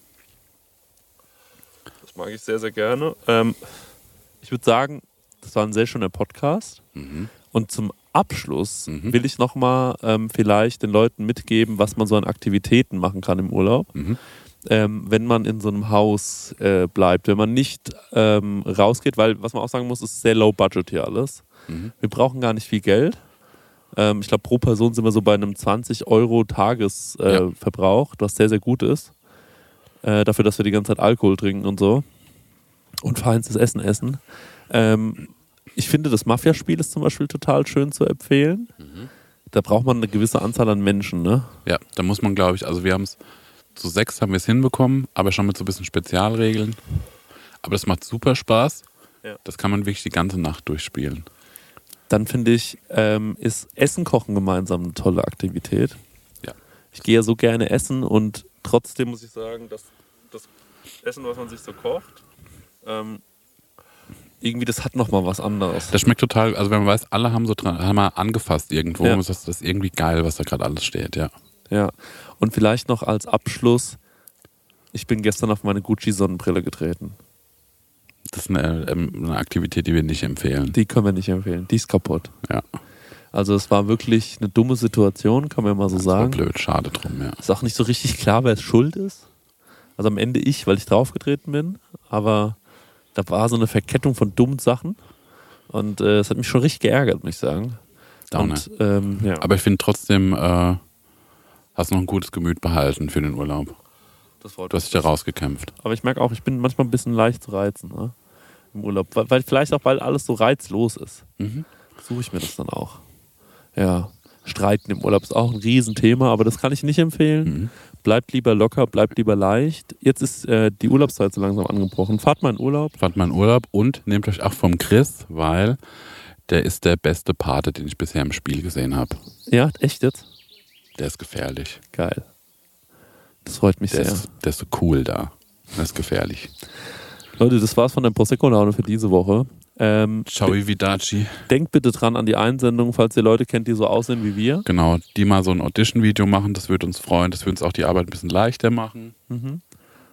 Das mag ich sehr, sehr gerne. Ähm, ich würde sagen, das war ein sehr schöner Podcast. Mhm. Und zum Abschluss mhm. will ich nochmal ähm, vielleicht den Leuten mitgeben, was man so an Aktivitäten machen kann im Urlaub. Mhm. Ähm, wenn man in so einem Haus äh, bleibt, wenn man nicht ähm, rausgeht, weil, was man auch sagen muss, ist sehr low budget hier alles. Mhm. Wir brauchen gar nicht viel Geld. Ich glaube, pro Person sind wir so bei einem zwanzig Euro Tagesverbrauch, äh, ja. was sehr, sehr gut ist. Äh, dafür, dass wir die ganze Zeit Alkohol trinken und so. Und feinstes Essen essen. Ähm, ich finde, das Mafia-Spiel ist zum Beispiel total schön zu empfehlen. Mhm. Da braucht man eine gewisse Anzahl an Menschen, ne? Ja, da muss man, glaube ich, also wir haben es, zu sechs haben wir es hinbekommen, aber schon mit so ein bisschen Spezialregeln. Aber das macht super Spaß. Ja. Das kann man wirklich die ganze Nacht durchspielen. Dann finde ich, ähm, ist Essen kochen gemeinsam eine tolle Aktivität. Ja. Ich gehe ja so gerne essen und trotzdem muss ich sagen, dass das Essen, was man sich so kocht, ähm, irgendwie das hat nochmal was anderes. Das schmeckt total, also wenn man weiß, alle haben so dran, haben mal angefasst irgendwo, ja. und das ist irgendwie geil, was da gerade alles steht, ja. Ja, und vielleicht noch als Abschluss, ich bin gestern auf meine Gucci-Sonnenbrille getreten. Das ist eine, eine Aktivität, die wir nicht empfehlen. Die können wir nicht empfehlen. Die ist kaputt. Ja. Also es war wirklich eine dumme Situation, kann man mal so das sagen. Das war blöd, schade drum, ja. Ist auch nicht so richtig klar, wer es schuld ist. Also am Ende ich, weil ich draufgetreten bin. Aber da war so eine Verkettung von dummen Sachen. Und es äh, hat mich schon richtig geärgert, muss ich sagen. Und, ähm, ja. Aber ich finde trotzdem, äh, hast noch ein gutes Gemüt behalten für den Urlaub. Das freut du hast dich da rausgekämpft. Aber ich merke auch, ich bin manchmal ein bisschen leicht zu reizen, ne? Im Urlaub. Weil, weil vielleicht auch, weil alles so reizlos ist. Mhm. Suche ich mir das dann auch. Ja, Streiten im Urlaub ist auch ein Riesenthema, aber das kann ich nicht empfehlen. Mhm. Bleibt lieber locker, bleibt lieber leicht. Jetzt ist äh, die Urlaubszeit so langsam angebrochen. Fahrt mal in Urlaub. Fahrt mal in Urlaub und nehmt euch auch vom Chris, weil der ist der beste Pate, den ich bisher im Spiel gesehen habe. Ja, echt jetzt? Der ist gefährlich. Geil. Das freut mich der sehr. Ist, der ist so cool da. Der ist gefährlich. Leute, das war's von der Prosecco-Laune für diese Woche. Ähm, Ciao, Vidaci. Denkt bitte dran an die Einsendung, falls ihr Leute kennt, die so aussehen wie wir. Genau, die mal so ein Audition-Video machen, das würde uns freuen. Das würde uns auch die Arbeit ein bisschen leichter machen. Mhm.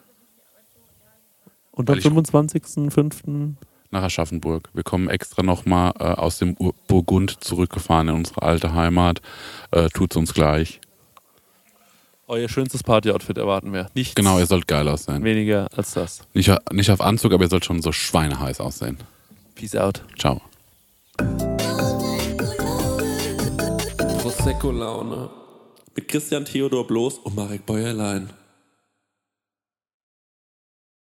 Und am fünfundzwanzigsten fünften nach Aschaffenburg. Wir kommen extra nochmal äh, aus dem Ur- Burgund zurückgefahren in unsere alte Heimat. Äh, tut's uns gleich. Euer schönstes Party-Outfit erwarten wir. Nichts genau, ihr sollt geil aussehen. Weniger als das. Nicht, nicht auf Anzug, aber ihr sollt schon so schweineheiß aussehen. Peace out. Ciao. Prosecco-Laune mit Christian Theodor Bloß und Marek Bäuerlein.